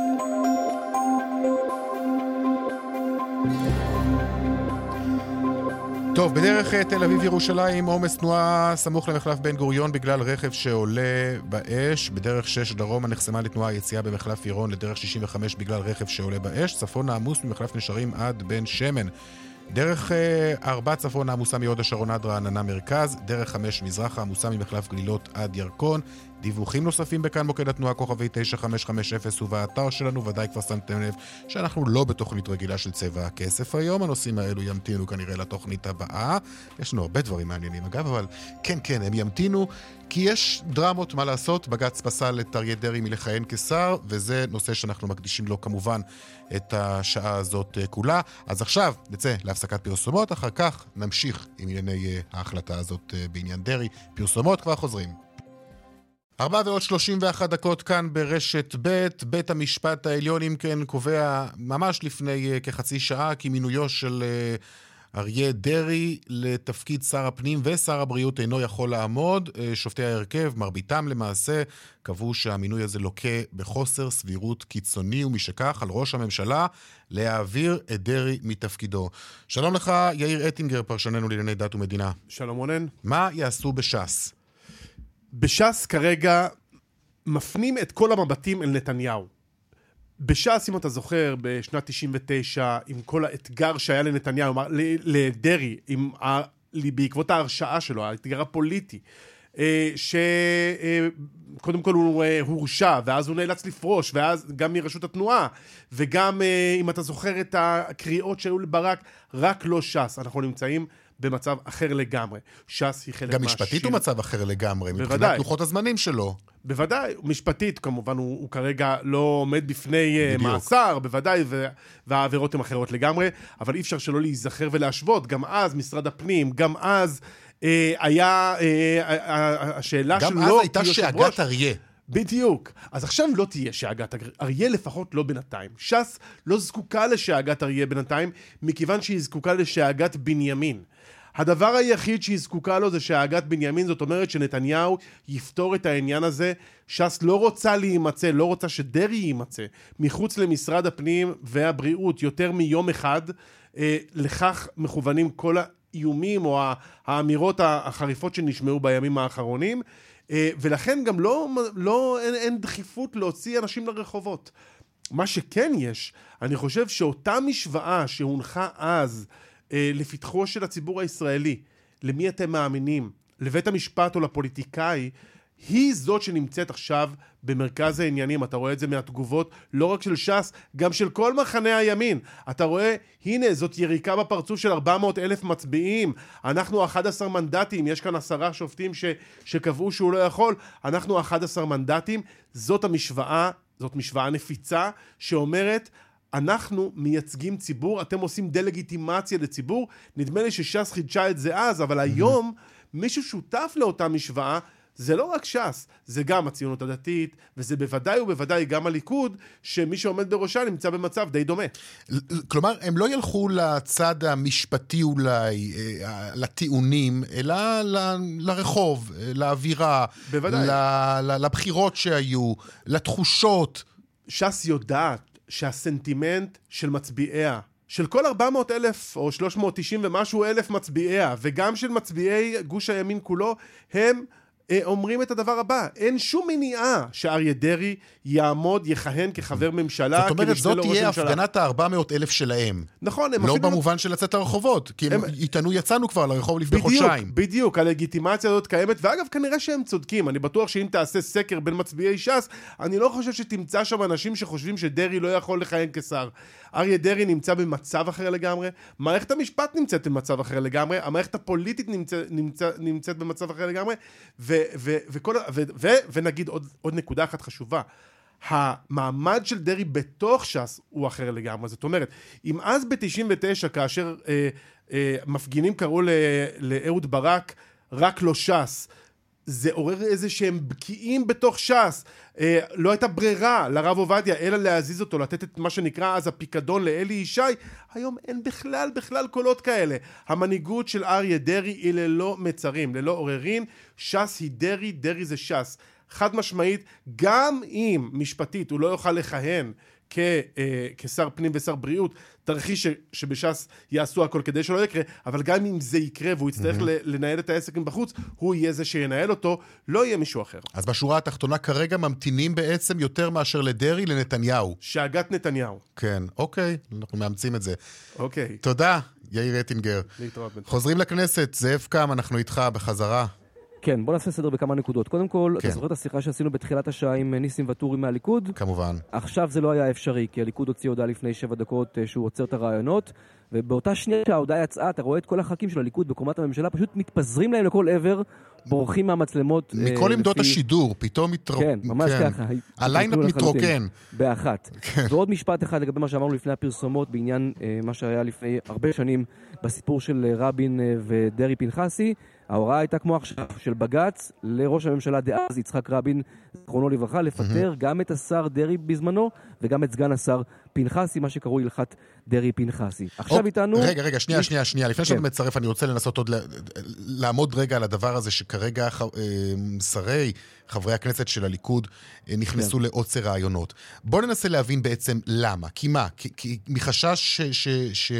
טוב, בדרך תל אביב ירושלים, עומס תנועה סמוך למחלף בן גוריון בגלל רכב שעולה באש. בדרך שש דרומה נחסמה לתנועה יציאה במחלף עירון לדרך שישים וחמש בגלל רכב שעולה באש. צפון העמוס ממחלף נשרים עד בן שמן. דרך ארבע צפון העמוסה מיהוד השרון עד רעננה מרכז. דרך חמש מזרח העמוסה ממחלף גלילות עד ירקון. דיווחים נוספים בכאן מוקד התנועה כוכבי תשע חמש חמש אפס ובאתר שלנו. ודאי כבר שמתם לב שאנחנו לא בתוכנית רגילה של צבע הכסף היום. הנושאים האלו ימתינו כנראה לתוכנית הבאה. יש לנו הרבה דברים מעניינים אגב, אבל כן כן הם ימתינו כי יש דרמות מה לעשות. בג"ץ פסל את אריה דרעי מלכהן כשר, וזה נושא שאנחנו מקדישים לו כמובן את השעה הזאת כולה. אז עכשיו נצא להפסקת פרסומות, אחר כך נמשיך עם ענייני ההחלטה הזאת בעניין דרעי. פרסומות כבר חוזרים. ארבע ועוד שלושים ואחת דקות כאן ברשת ב'. בית המשפט העליון אם כן קובע ממש לפני כחצי שעה כי מינויו של אריה דרעי לתפקיד שר הפנים ושר הבריאות אינו יכול לעמוד. שופטי ההרכב, מרביתם למעשה, קבעו שהמינוי הזה לוקה בחוסר סבירות קיצוני, ומשכך על ראש הממשלה להעביר את דרעי מתפקידו. שלום לך, יאיר אטינגר, פרשננו לענייני דת ומדינה. שלום רונן. מה יעשו בש"ס? בש"ס כרגע מפנים את כל המבטים אל נתניהו. בש"ס, אם אתה זוכר, בשנת תשעים ותשע, עם כל האתגר שהיה לנתניהו, לדרעי, עם ה... בעקבות ההרשעה שלו, האתגר הפוליטי, שקודם כל הוא הורשע, ואז הוא נאלץ לפרוש, ואז גם מרשות התנועה, וגם, אם אתה זוכר את הקריאות שהיו לברק, רק לא ש"ס. אנחנו נמצאים במצב אחר לגמרי. ש"ס היא חלק גם משפטית הוא מצב אחר לגמרי, מבחינת לוחות הזמנים שלו. בוודאי, משפטית כמובן הוא, הוא כרגע לא עומד בפני בדיוק. מאסר, בוודאי, והעבירות הן אחרות לגמרי, אבל אי אפשר שלא להיזכר ולהשוות, גם אז משרד הפנים, גם אז אה, היה אה, השאלה שלו... גם אז הייתה שאגת אריה. בדיוק. אז עכשיו לא תהיה שאגת אריה, לפחות לא בינתיים. ש"ס לא זקוקה לשאגת אריה בינתיים, מכיוון שהיא זקוקה לשאגת בנימין. הדבר היחיד שהיא זקוקה לו זה שאגת בנימין, זאת אומרת שנתניהו יפתור את העניין הזה. ש"ס לא רוצה להימצא, לא רוצה שדרי יימצא, מחוץ למשרד הפנים והבריאות יותר מיום אחד. אה, לכך מכוונים כל האיומים או האמירות החריפות שנשמעו בימים האחרונים. ולכן גם לא, לא, אין, אין דחיפות להוציא אנשים לרחובות. מה שכן יש, אני חושב שאותה משוואה שהונחה אז אה, לפתחו של הציבור הישראלי, למי אתם מאמינים, לבית המשפט או לפוליטיקאי, היא זאת שנמצאת עכשיו במרכז העניינים. אתה רואה את זה מהתגובות, לא רק של ש"ס, גם של כל מחנה הימין. אתה רואה, הנה, זאת יריקה בפרצוף של ארבע מאות אלף מצביעים. אנחנו אחד עשר מנדטים, יש כאן עשרה שופטים ש, שקבעו שהוא לא יכול. אנחנו אחד עשר מנדטים. זאת המשוואה, זאת משוואה נפיצה, שאומרת, אנחנו מייצגים ציבור, אתם עושים דלגיטימציה לציבור. נדמה לי שש"ס חידשה את זה אז, אבל היום מישהו שותף לאותה משוואה, זה לא רק ש"ס, זה גם הציונות הדתית, וזה בוודאי ובוודאי גם הליכוד, שמי שעומד בראשה נמצא במצב די דומה. כלומר, הם לא ילכו לצד המשפטי אולי, לטיעונים, אלא לרחוב, לאווירה, לבחירות שהיו, לתחושות. ש"ס יודעת שהסנטימנט של מצביעיה, של כל ארבע מאות אלף או שלוש מאות תשעים ומשהו אלף מצביעיה, וגם של מצביעי גוש הימין כולו, הם אומרים את הדבר הבא, אין שום מניעה שאריה דרעי יעמוד, יכהן כחבר ממשלה. זאת אומרת, זאת תהיה הפגנת ה-ארבע מאות אלף שלהם. נכון. לא במובן של לצאת לרחובות, כי הם איתנו יצאנו כבר לרחוב לפני חודשיים. בדיוק, הלגיטימציה הזאת קיימת, ואגב, כנראה שהם צודקים. אני בטוח שאם תעשה סקר בין מצביעי ש"ס, אני לא חושב שתמצא שם אנשים שחושבים שדרעי לא יכול לכהן כשר. אריה דרעי נמצא במצב אחר לגמרי, מערכת המשפט נמצאת במצב אחר לגמרי, המערכת הפוליטית נמצא, נמצא, נמצאת במצב אחר לגמרי, ו, ו, וכל, ו, ו, ונגיד עוד, עוד נקודה אחת חשובה, המעמד של דרעי בתוך ש"ס הוא אחר לגמרי. זאת אומרת, אם אז ב-תשעים ותשע, כאשר אה, אה, מפגינים קראו לאהוד ברק, רק לא ש"ס, זה עורר איזה שהם בקיאים בתוך ש"ס. אה, לא הייתה ברירה לרב עובדיה, אלא להזיז אותו, לתת את מה שנקרא אז הפיקדון לאלי ישי. היום אין בכלל, בכלל קולות כאלה. המנהיגות של אריה דרעי היא ללא מצרים, ללא עוררין. ש"ס היא דרעי, דרעי זה ש"ס. חד משמעית, גם אם משפטית הוא לא יוכל לכהן כ, אה, כשר פנים ושר בריאות, תרחיש ש, שבש"ס יעשו הכל כדי שלא יקרה, אבל גם אם זה יקרה והוא יצטרך mm-hmm. לנהל את העסק בחוץ, הוא יהיה זה שינהל אותו, לא יהיה מישהו אחר. אז בשורה התחתונה כרגע ממתינים בעצם יותר מאשר לדרעי לנתניהו. שאגת נתניהו. כן, אוקיי, אנחנו מאמצים את זה. אוקיי. תודה, יאיר אטינגר. להתראות בינתיים. חוזרים לכנסת, זאב קם, אנחנו איתך בחזרה. כן, בוא נעשה סדר בכמה נקודות. קודם כל, כן. אתה זוכר את השיחה שעשינו בתחילת השעה עם ניסים וטורי מהליכוד? כמובן. עכשיו זה לא היה אפשרי, כי הליכוד הוציא הודעה לפני שבע דקות שהוא עוצר את הרעיונות, ובאותה שנייה שההודעה יצאה, אתה רואה את כל הח"כים של הליכוד בקומת הממשלה, פשוט מתפזרים להם לכל עבר, בורחים מהמצלמות. מכל עמדות לפי... השידור, פתאום מתרוקן. כן, ממש כן. ככה. הליינאפ מתרוקן. באחת. כן. ועוד משפט אחד לגבי מה שאמרנו לפני הפרסומות, בעניין אה, מה שהיה לפני הרבה שנים, בסיפור של רבין אה, ודרי פנחסי, ההוראה הייתה כמו עכשיו של בג"ץ לראש הממשלה דאז יצחק רבין, זכרונו לברכה, לפטר mm-hmm. גם את השר דרי בזמנו וגם את סגן השר פנחסי, מה שקראו הלכת דרי פנחסי. עכשיו איתנו... רגע, רגע, שנייה, שנייה, שנייה. לפני שאתה מצרף, אני רוצה לנסות עוד לעמוד רגע על הדבר הזה שכרגע שרי, חברי הכנסת של הליכוד נכנסו לעוצר רעיונות. בואו ננסה להבין בעצם למה. כי מה? כי מחשש ש...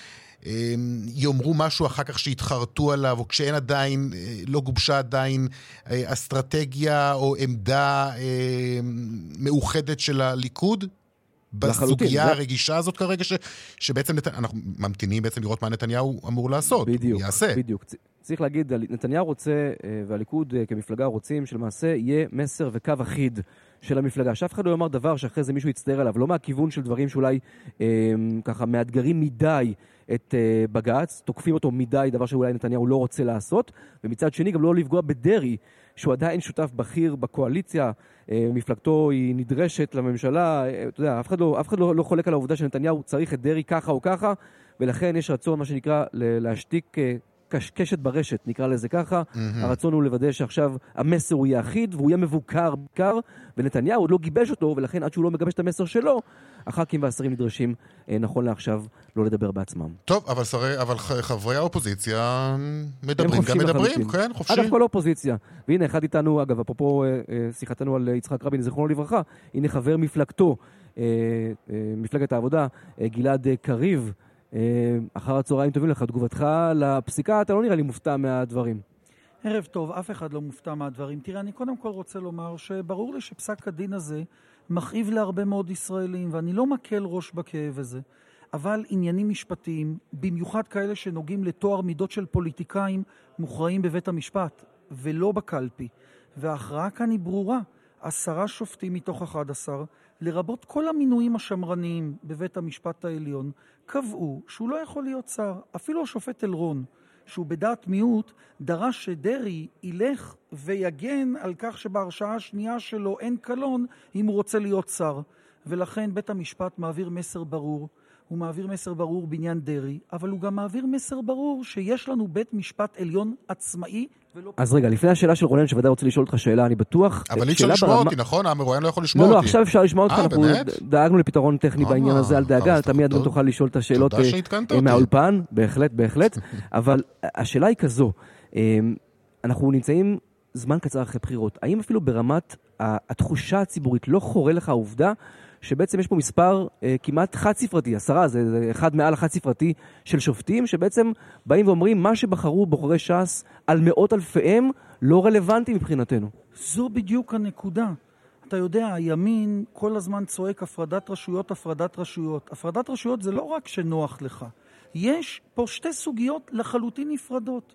יאמרו משהו אחר כך שהתחרטו עליו, או כשאין עדיין, לא גובשה עדיין אסטרטגיה או עמדה מאוחדת של הליכוד? בסוגיה הרגישה הזאת כרגע, ש, שבעצם נת... אנחנו ממתינים בעצם לראות מה נתניהו אמור לעשות. בדיוק, יעשה. בדיוק. צריך להגיד, נתניהו רוצה, והליכוד כמפלגה רוצים, שלמעשה יהיה מסר וקו אחיד של המפלגה. שאף אחד לא יאמר דבר שאחרי זה מישהו יצטער עליו, לא מהכיוון של דברים שאולי אה, ככה מאתגרים מדי את אה, בג"ץ, תוקפים אותו מדי, דבר שאולי נתניהו לא רוצה לעשות, ומצד שני גם לא לפגוע בדרי, שהוא עדיין שותף בכיר בקואליציה, אה, מפלגתו היא נדרשת לממשלה, אה, אתה יודע, אף אחד, לא, אף אחד לא, לא חולק על העובדה שנתניהו צריך את דרי ככה או ככה, ולכן יש רצון, מה שנקרא, להשתיק אה, קשקשת ברשת, נקרא לזה ככה. Mm-hmm. הרצון הוא לוודא שעכשיו המסר הוא יהיה אחיד, והוא יהיה מבוקר בעיקר, ונתניהו עוד לא גיבש אותו, ולכן עד שהוא לא מגבש את המסר שלו, הח"כים והשרים נדרשים, אה, נכון לעכשיו, לא לדבר בעצמם. טוב, אבל, שרי, אבל חברי האופוזיציה מדברים, גם מדברים, כן, חופשי. אגב, כל האופוזיציה. והנה, אחד איתנו, אגב, אפרופו אה, אה, שיחתנו על יצחק רבין, זכרונו לברכה, הנה חבר מפלגתו, אה, אה, מפלגת העבודה, אה, גלעד אה, קריב, אחר הצהריים טובים לך, תגובתך לפסיקה, אתה לא נראה לי מופתע מהדברים. ערב טוב, אף אחד לא מופתע מהדברים. תראה, אני קודם כל רוצה לומר שברור לי שפסק הדין הזה מכאיב להרבה מאוד ישראלים, ואני לא מקל ראש בכאב הזה. אבל עניינים משפטיים, במיוחד כאלה שנוגעים לתואר מידות של פוליטיקאים, מוכרעים בבית המשפט, ולא בקלפי. וההכרעה כאן היא ברורה. עשרה שופטים מתוך אחד עשר, לרבות כל המינויים השמרניים בבית המשפט העליון, קבעו שהוא לא יכול להיות שר. אפילו השופט אלרון, שהוא בדעת מיעוט, דרש שדרי ילך ויגן על כך שבהרשעה השנייה שלו אין קלון אם הוא רוצה להיות שר. ולכן בית המשפט מעביר מסר ברור. הוא מעביר מסר ברור בעניין דרי, אבל הוא גם מעביר מסר ברור שיש לנו בית משפט עליון עצמאי ולא... אז רגע, לפני השאלה של רונן, שוודאי רוצה לשאול אותך שאלה, אני בטוח... אבל אי אפשר לשמוע אותי, נכון? המרואיין לא יכול לשמוע אותי. לא, לא, עכשיו אפשר לשמוע אותך, אנחנו דאגנו לפתרון טכני בעניין הזה, על דאגה, תמיד גם תוכל לשאול את השאלות מהאולפן, בהחלט, בהחלט, אבל השאלה היא כזו, אנחנו נמצאים זמן קצר אחרי בחירות, האם אפילו ברמת התחושה הציבורית לא חורה לך העובדה שבעצם יש פה מספר אה, כמעט חד ספרתי, עשרה, זה, זה אחד מעל החד ספרתי של שופטים, שבעצם באים ואומרים מה שבחרו בוחרי ש"ס על מאות אלפיהם לא רלוונטי מבחינתנו. זו בדיוק הנקודה. אתה יודע, הימין כל הזמן צועק הפרדת רשויות, הפרדת רשויות. הפרדת רשויות זה לא רק שנוח לך. יש פה שתי סוגיות לחלוטין נפרדות.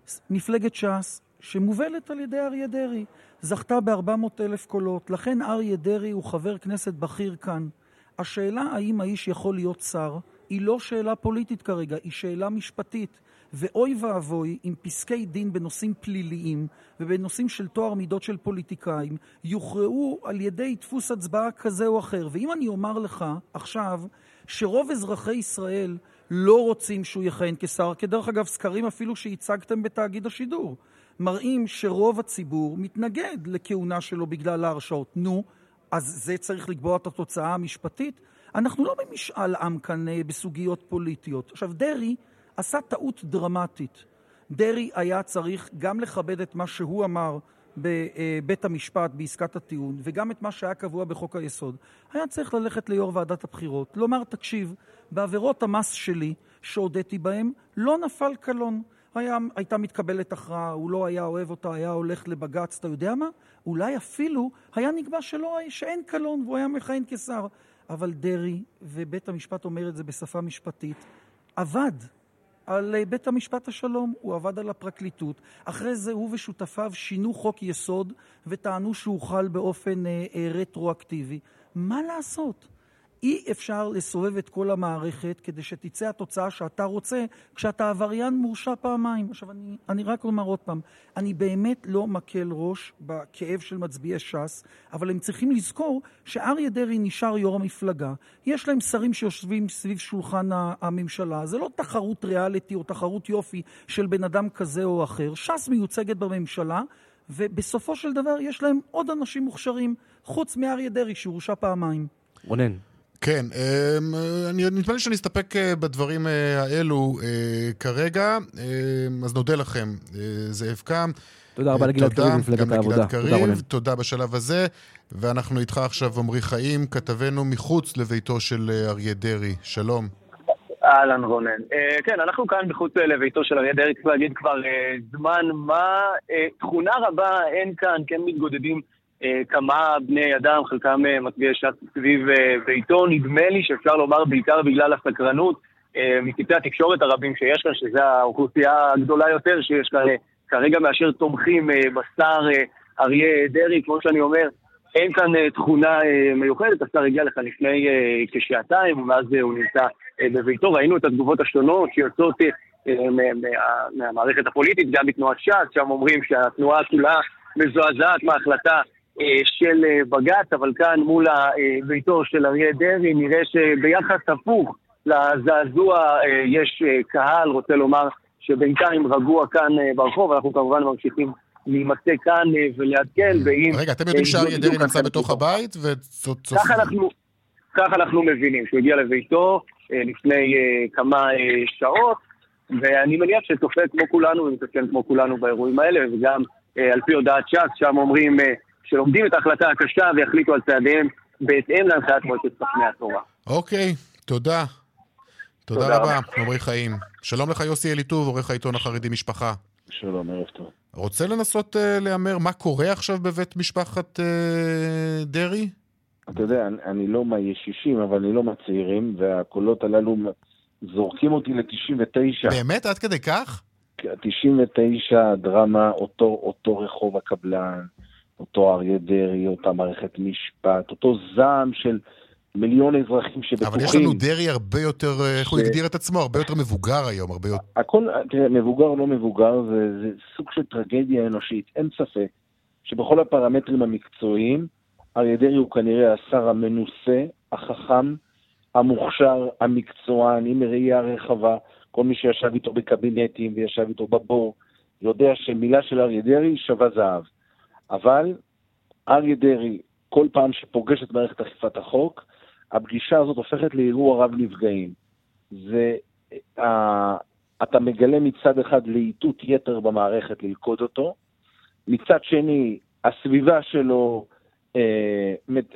מפלגת ש"ס, שמובלת על ידי אריה דרי, זכתה ב-ארבע מאות אלף קולות, לכן אריה דרי הוא חבר כנסת בכיר כאן. השאלה האם האיש יכול להיות שר, היא לא שאלה פוליטית כרגע, היא שאלה משפטית. ואוי ואבוי, אם פסקי דין בנושאים פליליים ובנושאים של תואר מידות של פוליטיקאים, יוכרעו על ידי דפוס הצבעה כזה או אחר. ואם אני אומר לך עכשיו שרוב אזרחי ישראל לא רוצים שהוא יכהן כשר, כדרך אגב סקרים אפילו שהצגתם בתאגיד השידור, מראים שרוב הציבור מתנגד לכהונה שלו בגלל ההרשאות. נו, אז זה צריך לקבוע את התוצאה המשפטית? אנחנו לא במשאל עם כאן בסוגיות פוליטיות. עכשיו, דרי עשה טעות דרמטית. דרי היה צריך גם לכבד את מה שהוא אמר בבית המשפט בעסקת הטיעון, וגם את מה שהיה קבוע בחוק היסוד. היה צריך ללכת ליו"ר ועדת הבחירות, לומר, תקשיב, בעבירות המס שלי, שהודיתי בהם, לא נפל קלון. היה, הייתה מתקבלת הכרעה, הוא לא היה אוהב אותה, היה הולך לבג"ץ, אתה יודע מה? אולי אפילו היה נקבע שלא, שאין קלון, והוא היה מכהן כשר. אבל דרי, ובית המשפט אומר את זה בשפה משפטית, עבד על בית המשפט השלום, הוא עבד על הפרקליטות. אחרי זה הוא ושותפיו שינו חוק יסוד, וטענו שהוא חל באופן אה, אה, רטרואקטיבי. מה לעשות? אי אפשר לסובב את כל המערכת כדי שתצא התוצאה שאתה רוצה, כשאתה עבריין מורשע פעמיים. עכשיו, אני, אני רק אומר עוד פעם, אני באמת לא מקל ראש בכאב של מצביעי ש"ס, אבל הם צריכים לזכור שאריה דרי נשאר יו"ר המפלגה. יש להם שרים שיושבים סביב שולחן הממשלה. זה לא תחרות ריאליטי או תחרות יופי של בן אדם כזה או אחר. ש"ס מיוצגת בממשלה, ובסופו של דבר יש להם עוד אנשים מוכשרים, חוץ מאריה דרי שהורשע פעמיים. רונן. כן, אני נתפלא שאני אסתפק בדברים האלו כרגע, אז נודה לכם, זאב קם. תודה רבה לגלעד קריב, מפלגת העבודה. תודה בשלב הזה, ואנחנו איתך עכשיו עמרי חיים, כתבנו מחוץ לביתו של אריה דרי. שלום. אהלן רונן. כן, אנחנו כאן מחוץ לביתו של אריה דרי, צריך להגיד כבר זמן מה, תכונה רבה אין כאן, כן מתגודדים כמה בני אדם, חלקם מצביעי ש"ס סביב ביתו. נדמה לי שאפשר לומר בעיקר בגלל הסקרנות מקצי התקשורת הרבים שיש כאן, שזה האוכלוסייה הגדולה יותר שיש כאן כרגע מאשר תומכים בשר אריה דרי. כמו שאני אומר, אין כאן תכונה מיוחדת, השר הגיע לך לפני כשעתיים, ומאז הוא נמצא בביתו, ראינו את התגובות השונות שיוצאות מהמערכת הפוליטית, גם בתנועת ש"ס, שם אומרים שהתנועה כולה מזועזעת מההחלטה של בג"ץ, אבל כאן מול ביתו של אריה דרעי נראה שביחס הפוך לזעזוע יש קהל, רוצה לומר שבינתיים רגוע כאן ברחוב, אנחנו כמובן ממשיכים להימצא כאן ולעדכן. רגע, אתם יודעים שאריה דרעי נמצא בתוך הבית? כך אנחנו מבינים, שהוא הגיע לביתו לפני כמה שעות, ואני מניח שצופה כמו כולנו ומתעדכן כמו כולנו באירועים האלה, וגם על פי הודעת ש"ס, שם אומרים שלומדים את ההחלטה הקשה ויחליטו על צעדיהם בהתאם להנחיית מועצת סוכני התורה. אוקיי, תודה. תודה רבה, עמרי חיים. שלום לך יוסי אליטוב, עורך העיתון החרדי משפחה. שלום, ערב טוב. רוצה לנסות uh, לאמר מה קורה עכשיו בבית משפחת uh, דרעי? אתה יודע, אני, אני לא מהישישים, אבל אני לא מהצעירים, והקולות הללו זורקים אותי ל-תשעים ותשע. באמת? עד כדי כך? תשעים ותשע, דרמה, אותו, אותו רחוב הקבלן, אותו אריה דרעי, אותה מערכת משפט, אותו זעם של מיליון אזרחים שבטוחים. אבל יש לנו דרעי הרבה יותר, איך ש... הוא הגדיר את עצמו, הרבה יותר מבוגר היום, הרבה יותר... הכל, תראה, מבוגר או לא מבוגר, זה, זה סוג של טרגדיה אנושית. אין ספק שבכל הפרמטרים המקצועיים, אריה דרעי הוא כנראה השר המנוסה, החכם, המוכשר, המקצוען, עם ראייה רחבה, כל מי שישב איתו בקבינטים וישב איתו בבור, יודע שמילה של אריה דרעי שווה זהב. אבל אריה דרעי, כל פעם שפוגש את מערכת אכיפת החוק, הפגישה הזאת הופכת לאירוע רב נפגעים. זה, uh, אתה מגלה מצד אחד לעיתות יתר במערכת ללכוד אותו, מצד שני, הסביבה שלו uh, מת, uh,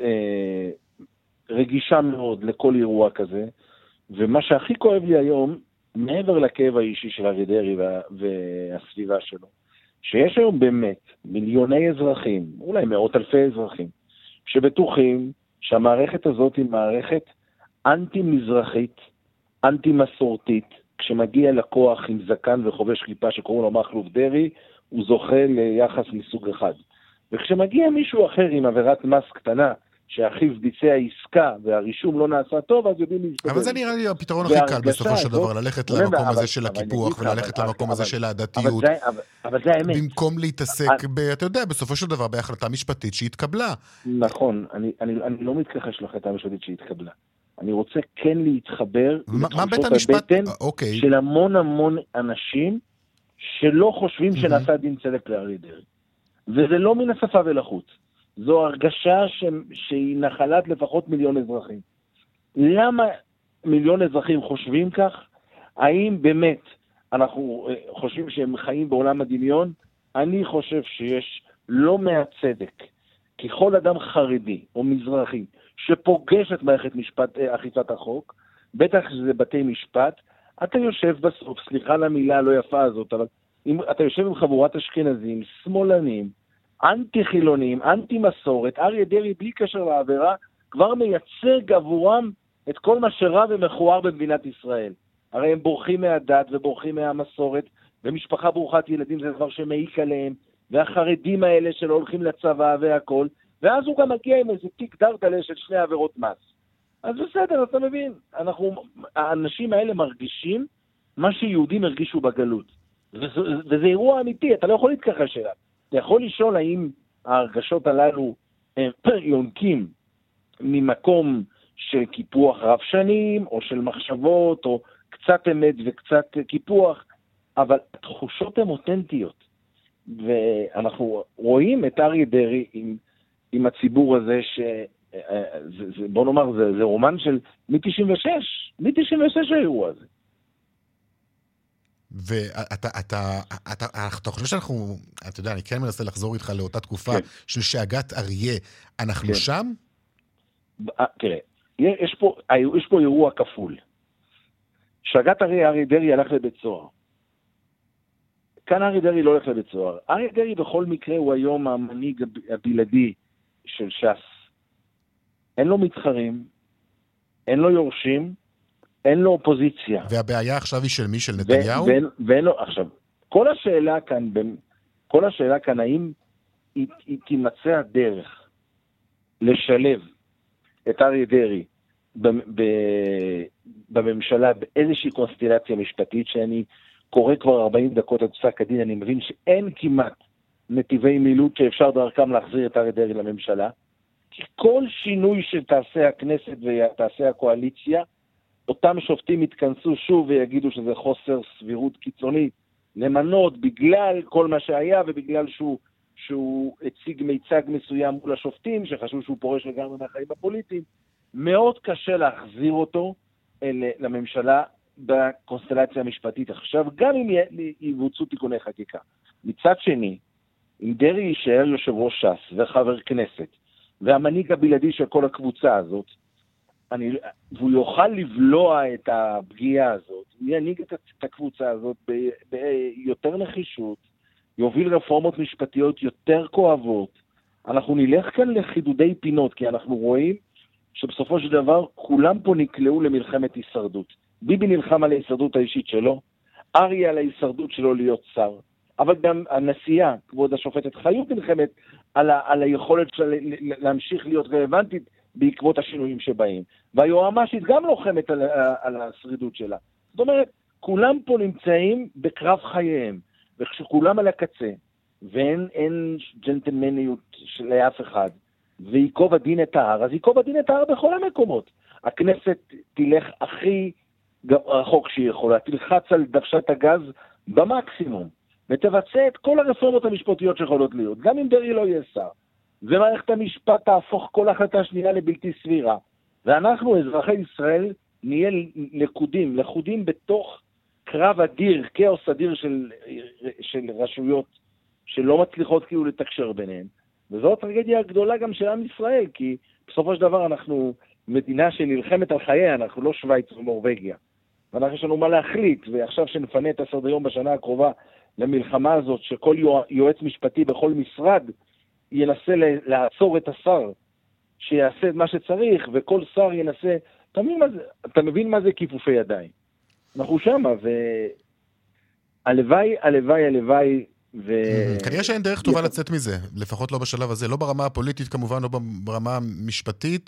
רגישה מאוד לכל אירוע כזה, ומה שהכי כואב לי היום, מעבר לכאב האישי של אריה דרעי וה, והסביבה שלו, שיש היום באמת מיליוני אזרחים, אולי מאות אלפי אזרחים, שבטוחים שהמערכת הזאת היא מערכת אנטי-מזרחית, אנטי-מסורתית. כשמגיע לקוח עם זקן וחובש כיפה שקוראים לו מכלוף דרעי, הוא זוכה ליחס מסוג אחד. וכשמגיע מישהו אחר עם עבירת מס קטנה, שאחיו ביצע עסקה והרישום לא נעשה טוב, אז יודעים להסתכל. אבל זה נראה לי הפתרון הכי קל בסופו של דבר, ללכת למקום הזה של הקיפוח וללכת למקום הזה של העדתיות. אבל זה האמת. במקום להתעסק, אתה יודע, בסופו של דבר, בהחלטה משפטית שהתקבלה. נכון, אני לא מתכחש להחלטה משפטית שהתקבלה. אני רוצה כן להתחבר לתחושות הבטן של המון המון אנשים שלא חושבים שנעשה דין צדק לאריה דרעי. וזה לא מן השפה ולחוץ. זו הרגשה ש... שהיא נחלת לפחות מיליון אזרחים. למה מיליון אזרחים חושבים כך? האם באמת אנחנו חושבים שהם חיים בעולם הדמיון? אני חושב שיש לא מעט צדק, כי כל אדם חרדי או מזרחי שפוגש את מערכת משפט, אכיפת החוק, בטח שזה בתי משפט, אתה יושב בסוף, סליחה למילה הלא יפה הזאת, אבל אם אתה יושב עם חבורת אשכנזים, שמאלנים, אנטי-חילונים, אנטי-מסורת, אריה דרעי בלי קשר לעבירה, כבר מייצג עבורם את כל מה שרע ומכוער במדינת ישראל. הרי הם בורחים מהדת ובורחים מהמסורת, ומשפחה ברוכת ילדים זה דבר שמעיק עליהם, והחרדים האלה שלא הולכים לצבא והכל, ואז הוא גם מגיע עם איזה תיק דרדלה של שני עבירות מס. אז בסדר, אתה מבין, אנחנו, האנשים האלה מרגישים מה שיהודים הרגישו בגלות. וזה, וזה אירוע אמיתי, אתה לא יכול להתכחש אליו. אתה יכול לשאול האם ההרגשות הללו הם יונקים ממקום של קיפוח רב שנים, או של מחשבות, או קצת אמת וקצת קיפוח, אבל התחושות הן אותנטיות. ואנחנו רואים את אריה דרעי עם, עם הציבור הזה, ש, זה, זה, בוא נאמר, זה, זה רומן של מ-תשעים ושש, מ-תשעים ושש האירוע הזה. ואתה, אתה, אתה, אתה חושב שאנחנו, אתה יודע, אני כן מנסה לחזור איתך לאותה תקופה כן. של שאגת אריה, אנחנו כן. שם? תראה, יש פה, יש פה אירוע כפול. שאגת אריה, אריה דרעי הלך לבית סוהר. כאן אריה דרעי לא הולך לבית סוהר. אריה דרעי בכל מקרה הוא היום המנהיג הבלעדי של ש"ס. אין לו מתחרים, אין לו יורשים, אין לו אופוזיציה. והבעיה עכשיו היא של מי? של נתניהו? ואין, ואין לו, עכשיו, כל השאלה כאן, כל השאלה כאן, האם היא, היא תימצא הדרך לשלב את אריה דרעי בממשלה באיזושהי קונסטלציה משפטית, שאני קורא כבר ארבעים דקות עד פסק הדין, אני מבין שאין כמעט נתיבי מילוט שאפשר דרכם להחזיר את אריה דרעי לממשלה, כי כל שינוי שתעשה הכנסת ותעשה הקואליציה, אותם שופטים יתכנסו שוב ויגידו שזה חוסר סבירות קיצוני למנות בגלל כל מה שהיה ובגלל שהוא, שהוא הציג מיצג מסוים מול השופטים שחשבו שהוא פורש לגמרי מהחיים הפוליטיים. מאוד קשה להחזיר אותו אל, לממשלה בקונסטלציה המשפטית עכשיו, גם אם יבוצעו תיקוני חקיקה. מצד שני, אם דרעי יישאר יושב ראש ש"ס וחבר כנסת והמנהיג הבלעדי של כל הקבוצה הזאת, אני, והוא יוכל לבלוע את הפגיעה הזאת, הוא ינהיג את, את הקבוצה הזאת ב, ביותר נחישות, יוביל רפורמות משפטיות יותר כואבות. אנחנו נלך כאן לחידודי פינות, כי אנחנו רואים שבסופו של דבר כולם פה נקלעו למלחמת הישרדות. ביבי נלחם על ההישרדות האישית שלו, אריה על ההישרדות שלו להיות שר, אבל גם הנשיאה, כבוד השופטת חיות, נלחמת על, ה, על היכולת של להמשיך להיות רלוונטית בעקבות השינויים שבאים. והיועמ"שית גם לוחמת על, על השרידות שלה. זאת אומרת, כולם פה נמצאים בקרב חייהם, וכשכולם על הקצה, ואין אין ג'נטלמניות לאף אחד, ויקוב הדין את ההר, אז יקוב הדין את ההר בכל המקומות. הכנסת תלך הכי רחוק שהיא יכולה, תלחץ על דוושת הגז במקסימום, ותבצע את כל הרפורמות המשפטיות שיכולות להיות, גם אם דרעי לא יהיה שר. ומערכת המשפט תהפוך כל החלטה שנייה לבלתי סבירה. ואנחנו, אזרחי ישראל, נהיה לקודים, לחודים בתוך קרב אדיר, כאוס אדיר של, של רשויות שלא מצליחות כאילו לתקשר ביניהן. וזו הטרגדיה הגדולה גם של עם ישראל, כי בסופו של דבר אנחנו מדינה שנלחמת על חייה, אנחנו לא שוויץ ונורווגיה. ואנחנו יש לנו מה להחליט, ועכשיו שנפנה את הסדר יום בשנה הקרובה למלחמה הזאת, שכל יועץ משפטי בכל משרד ינסה לעצור את השר, שיעשה את מה שצריך, וכל שר ינסה, אתה מבין מה זה, אתה מבין מה זה כיפופי ידיים. אנחנו שמה, והלוואי, הלוואי, הלוואי, ו... כנראה שאין דרך טובה לצאת מזה, לפחות לא בשלב הזה, לא ברמה הפוליטית כמובן, לא ברמה המשפטית.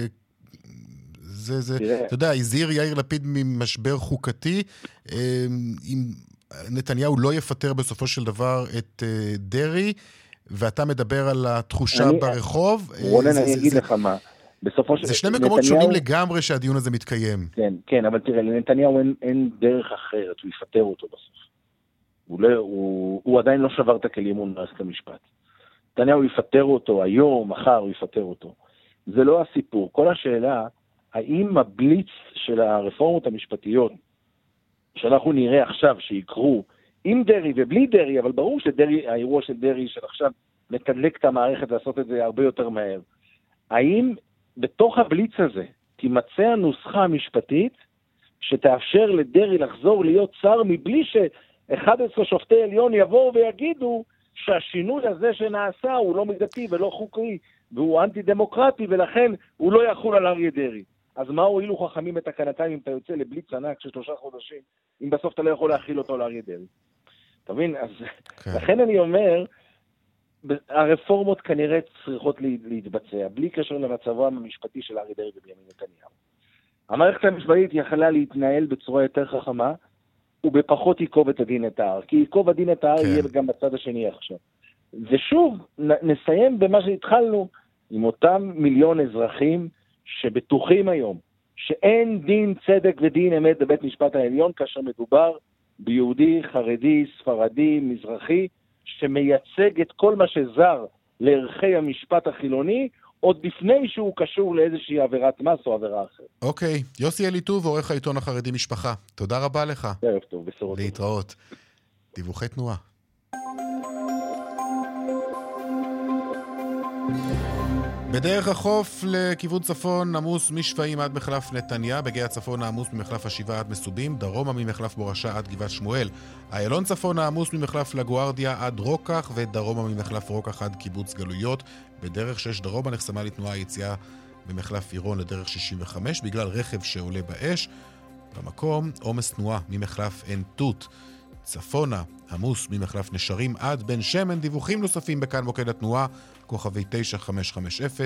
זה, זה, אתה יודע, הזהיר יאיר לפיד ממשבר חוקתי, אם נתניהו לא יפטר בסופו של דבר את דרעי, ואתה מדבר על התחושה אני, ברחוב. רונן, זה, אני זה, אגיד זה, לך מה. בסופו זה שני מקומות נתניהו... שונים לגמרי שהדיון הזה מתקיים. כן, כן, אבל תראה, לנתניהו אין, אין דרך אחרת, הוא יפטר אותו בסוף. הוא, לא, הוא, הוא עדיין לא שבר את הכלים מול מערכת המשפט. נתניהו יפטר אותו היום, מחר הוא יפטר אותו. זה לא הסיפור. כל השאלה, האם הבליץ של הרפורמות המשפטיות, שאנחנו נראה עכשיו שיקרו, עם דרי ובלי דרי, אבל ברור שדרי, האירוע של דרי של עכשיו מתדלק את המערכת לעשות את זה הרבה יותר מהר. האם בתוך הבליץ הזה תימצא הנוסחה המשפטית שתאפשר לדרי לחזור להיות שר מבלי ש-אחד עשר שופטי עליון יבואו ויגידו שהשינוי הזה שנעשה הוא לא מידתי ולא חוקי והוא אנטי דמוקרטי ולכן הוא לא יחול על אריה דרי. אז מה הועילו חכמים את הקנתיים אם אתה יוצא לבליץ ענק של שלושה חודשים, אם בסוף אתה לא יכול להכיל אותו לאריה דרי? אתה מבין? אז okay. לכן אני אומר, הרפורמות כנראה צריכות להתבצע, בלי קשר למצבם המשפטי של אריה דרעי ובנימין נתניהו. המערכת המשפטית יכלה להתנהל בצורה יותר חכמה, ובפחות ייקוב את הדין את ההר, כי ייקוב הדין את ההר okay. יהיה גם בצד השני עכשיו. ושוב, נסיים במה שהתחלנו, עם אותם מיליון אזרחים שבטוחים היום, שאין דין צדק ודין אמת בבית משפט העליון, כאשר מדובר ביהודי, חרדי, ספרדי, מזרחי, שמייצג את כל מה שזר לערכי המשפט החילוני, עוד לפני שהוא קשור לאיזושהי עבירת מס או עבירה אחרת. אוקיי. יוסי אליטוב, עורך העיתון החרדי משפחה. תודה רבה לך. ערב טוב, בשורות. להתראות. דיווחי תנועה. בדרך החוף לכיוון צפון עמוס משפעים עד מחלף נתניה, בגיא הצפון העמוס ממחלף השבעה עד מסובים, דרומה ממחלף בורשה עד גבעת שמואל, איילון צפון העמוס ממחלף לגוארדיה עד רוקח, ודרומה ממחלף רוקח עד קיבוץ גלויות. בדרך שש דרומה נחסמה לתנועה יציאה במחלף עירון לדרך שישים וחמש בגלל רכב שעולה באש. במקום עומס תנועה ממחלף עין תות. צפונה עמוס ממחלף נשרים עד בן שמן. דיווחים נוספים בכאן מוקד התנועה כוכבי תשע חמש חמש אפס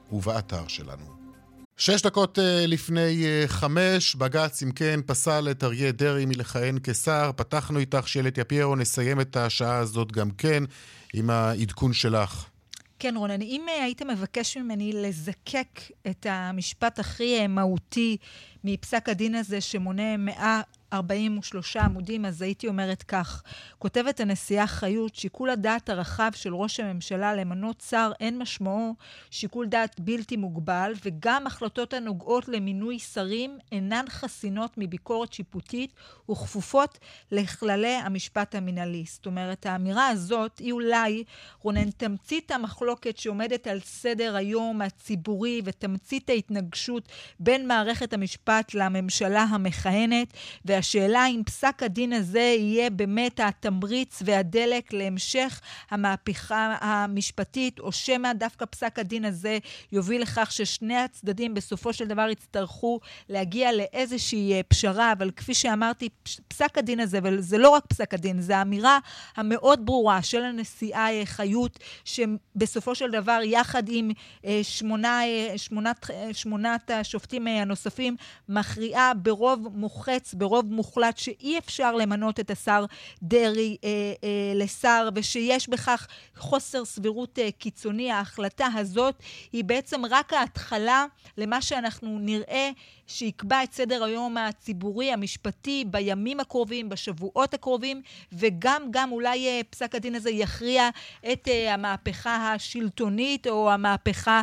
ובאתר שלנו. שש דקות לפני חמש, בג"ץ אם כן פסל את אריה דרעי מלכהן כשר. פתחנו איתך שלי טפיירו, נסיים את השעה הזאת גם כן עם העדכון שלך. כן רונן, אם היית מבקש ממני לזקק את המשפט הכי מהותי מפסק הדין הזה שמונה מאה ארבעים ושלושה עמודים, אז הייתי אומרת כך: כותבת הנשיאה חיות, שיקול הדעת הרחב של ראש הממשלה למנות שר אין משמעו שיקול דעת בלתי מוגבל, וגם החלטות הנוגעות למינוי שרים אינן חסינות מביקורת שיפוטית וכפופות לכללי המשפט המנהלי. זאת אומרת, האמירה הזאת היא אולי, רונן, תמצית המחלוקת שעומדת על סדר היום הציבורי ותמצית ההתנגשות בין מערכת המשפט לממשלה המכהנת, והשאלה אם פסק הדין הזה יהיה באמת התמריץ והדלק להמשך המהפכה המשפטית, או שמה דווקא פסק הדין הזה יוביל לכך ששני הצדדים בסופו של דבר יצטרכו להגיע לאיזושהי פשרה. אבל כפי שאמרתי, פסק הדין הזה, וזה לא רק פסק הדין, זה האמירה המאוד ברורה של הנשיאה חיות, שבסופו של דבר יחד עם שמונה, שמונת, שמונת השופטים הנוספים מכריעה ברוב מוחץ, ברוב מוחלט, שאי אפשר למנות את השר דרעי אה, אה, לשר, ושיש בכך חוסר סבירות אה, קיצוני. ההחלטה הזאת היא בעצם רק ההתחלה למה שאנחנו נראה שיקבע את סדר היום הציבורי, המשפטי, בימים הקרובים, בשבועות הקרובים, וגם גם אולי אה, פסק הדין הזה יכריע את אה, המהפכה השלטונית או המהפכה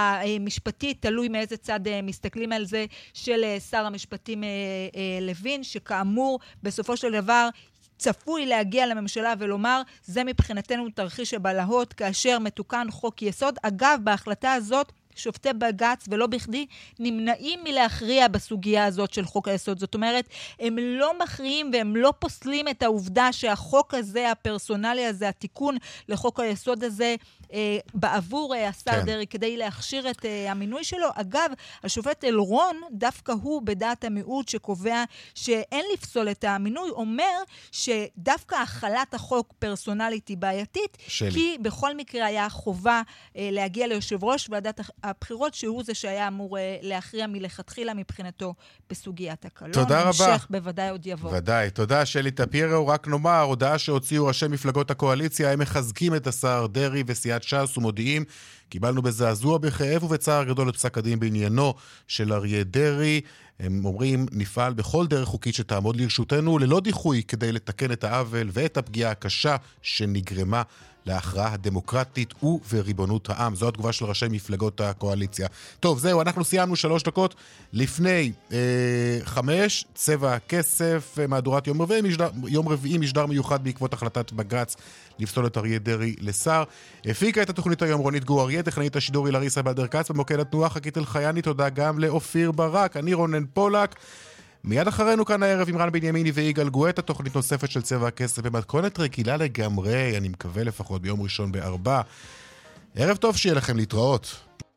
המשפטית, תלוי מאיזה צד אה, מסתכלים על זה, של אה, שר המשפטים אה, אה, לוין, שכאמור בסופו של דבר צפוי להגיע לממשלה ולומר, זה מבחינתנו תרחיש הבלהות כאשר מתוקן חוק יסוד. אגב, בהחלטה הזאת שופטי בג"ץ ולא בכדי נמנעים מלהכריע בסוגיה הזאת של חוק היסוד. זאת אומרת, הם לא מכריעים והם לא פוסלים את העובדה שהחוק הזה, הפרסונלי הזה, התיקון לחוק היסוד הזה, אה, בעבור אה, השר כן. דרעי, כדי להכשיר את אה, המינוי שלו. אגב, השופט אלרון, דווקא הוא בדעת המיעוט שקובע שאין לפסול את המינוי, אומר שדווקא החלת החוק פרסונלית היא בעייתית, שלי. כי בכל מקרה היה חובה אה, להגיע ליושב ראש ועדת הבחירות, שהוא זה שהיה אמור להכריע מלכתחילה מבחינתו בסוגיית הקלון. תודה רבה. המשך בוודאי עוד יבוא. ודאי. תודה שלי טפיירו. רק נאמר, הודעה שהוציאו ראשי מפלגות הקואליציה, הם מחזקים את השר דרעי וסיעת ש"ס ומודיעים, קיבלנו בזעזוע בכאב ובצער גדול את פסק הדין בעניינו של אריה דרעי. הם אומרים, נפעל בכל דרך חוקית שתעמוד לרשותנו, ללא דיחוי, כדי לתקן את העוול ואת הפגיעה הקשה שנגרמה להכרעה הדמוקרטית ובריבונות העם. זו התגובה של ראשי מפלגות הקואליציה. טוב, זהו, אנחנו סיימנו שלוש דקות לפני אה, חמש, צבע הכסף, מהדורת יום רביעי, משדר, יום רביעי משדר מיוחד בעקבות החלטת בג"ץ לפסול את אריה דרעי לשר. הפיקה את התוכנית היום רונית גור אריה, טכנאית השידור אילריסה בלדר-כץ, במוקד התנועה חכית אלחייני. תודה גם לאופיר ברק. אני רונן פולק. מיד אחרינו כאן הערב עם רן בנימיני ויגאל גואטה, תוכנית נוספת של צבע הכסף במתכונת רגילה לגמרי, אני מקווה לפחות ביום ראשון בארבע. ערב טוב, שיהיה לכם להתראות.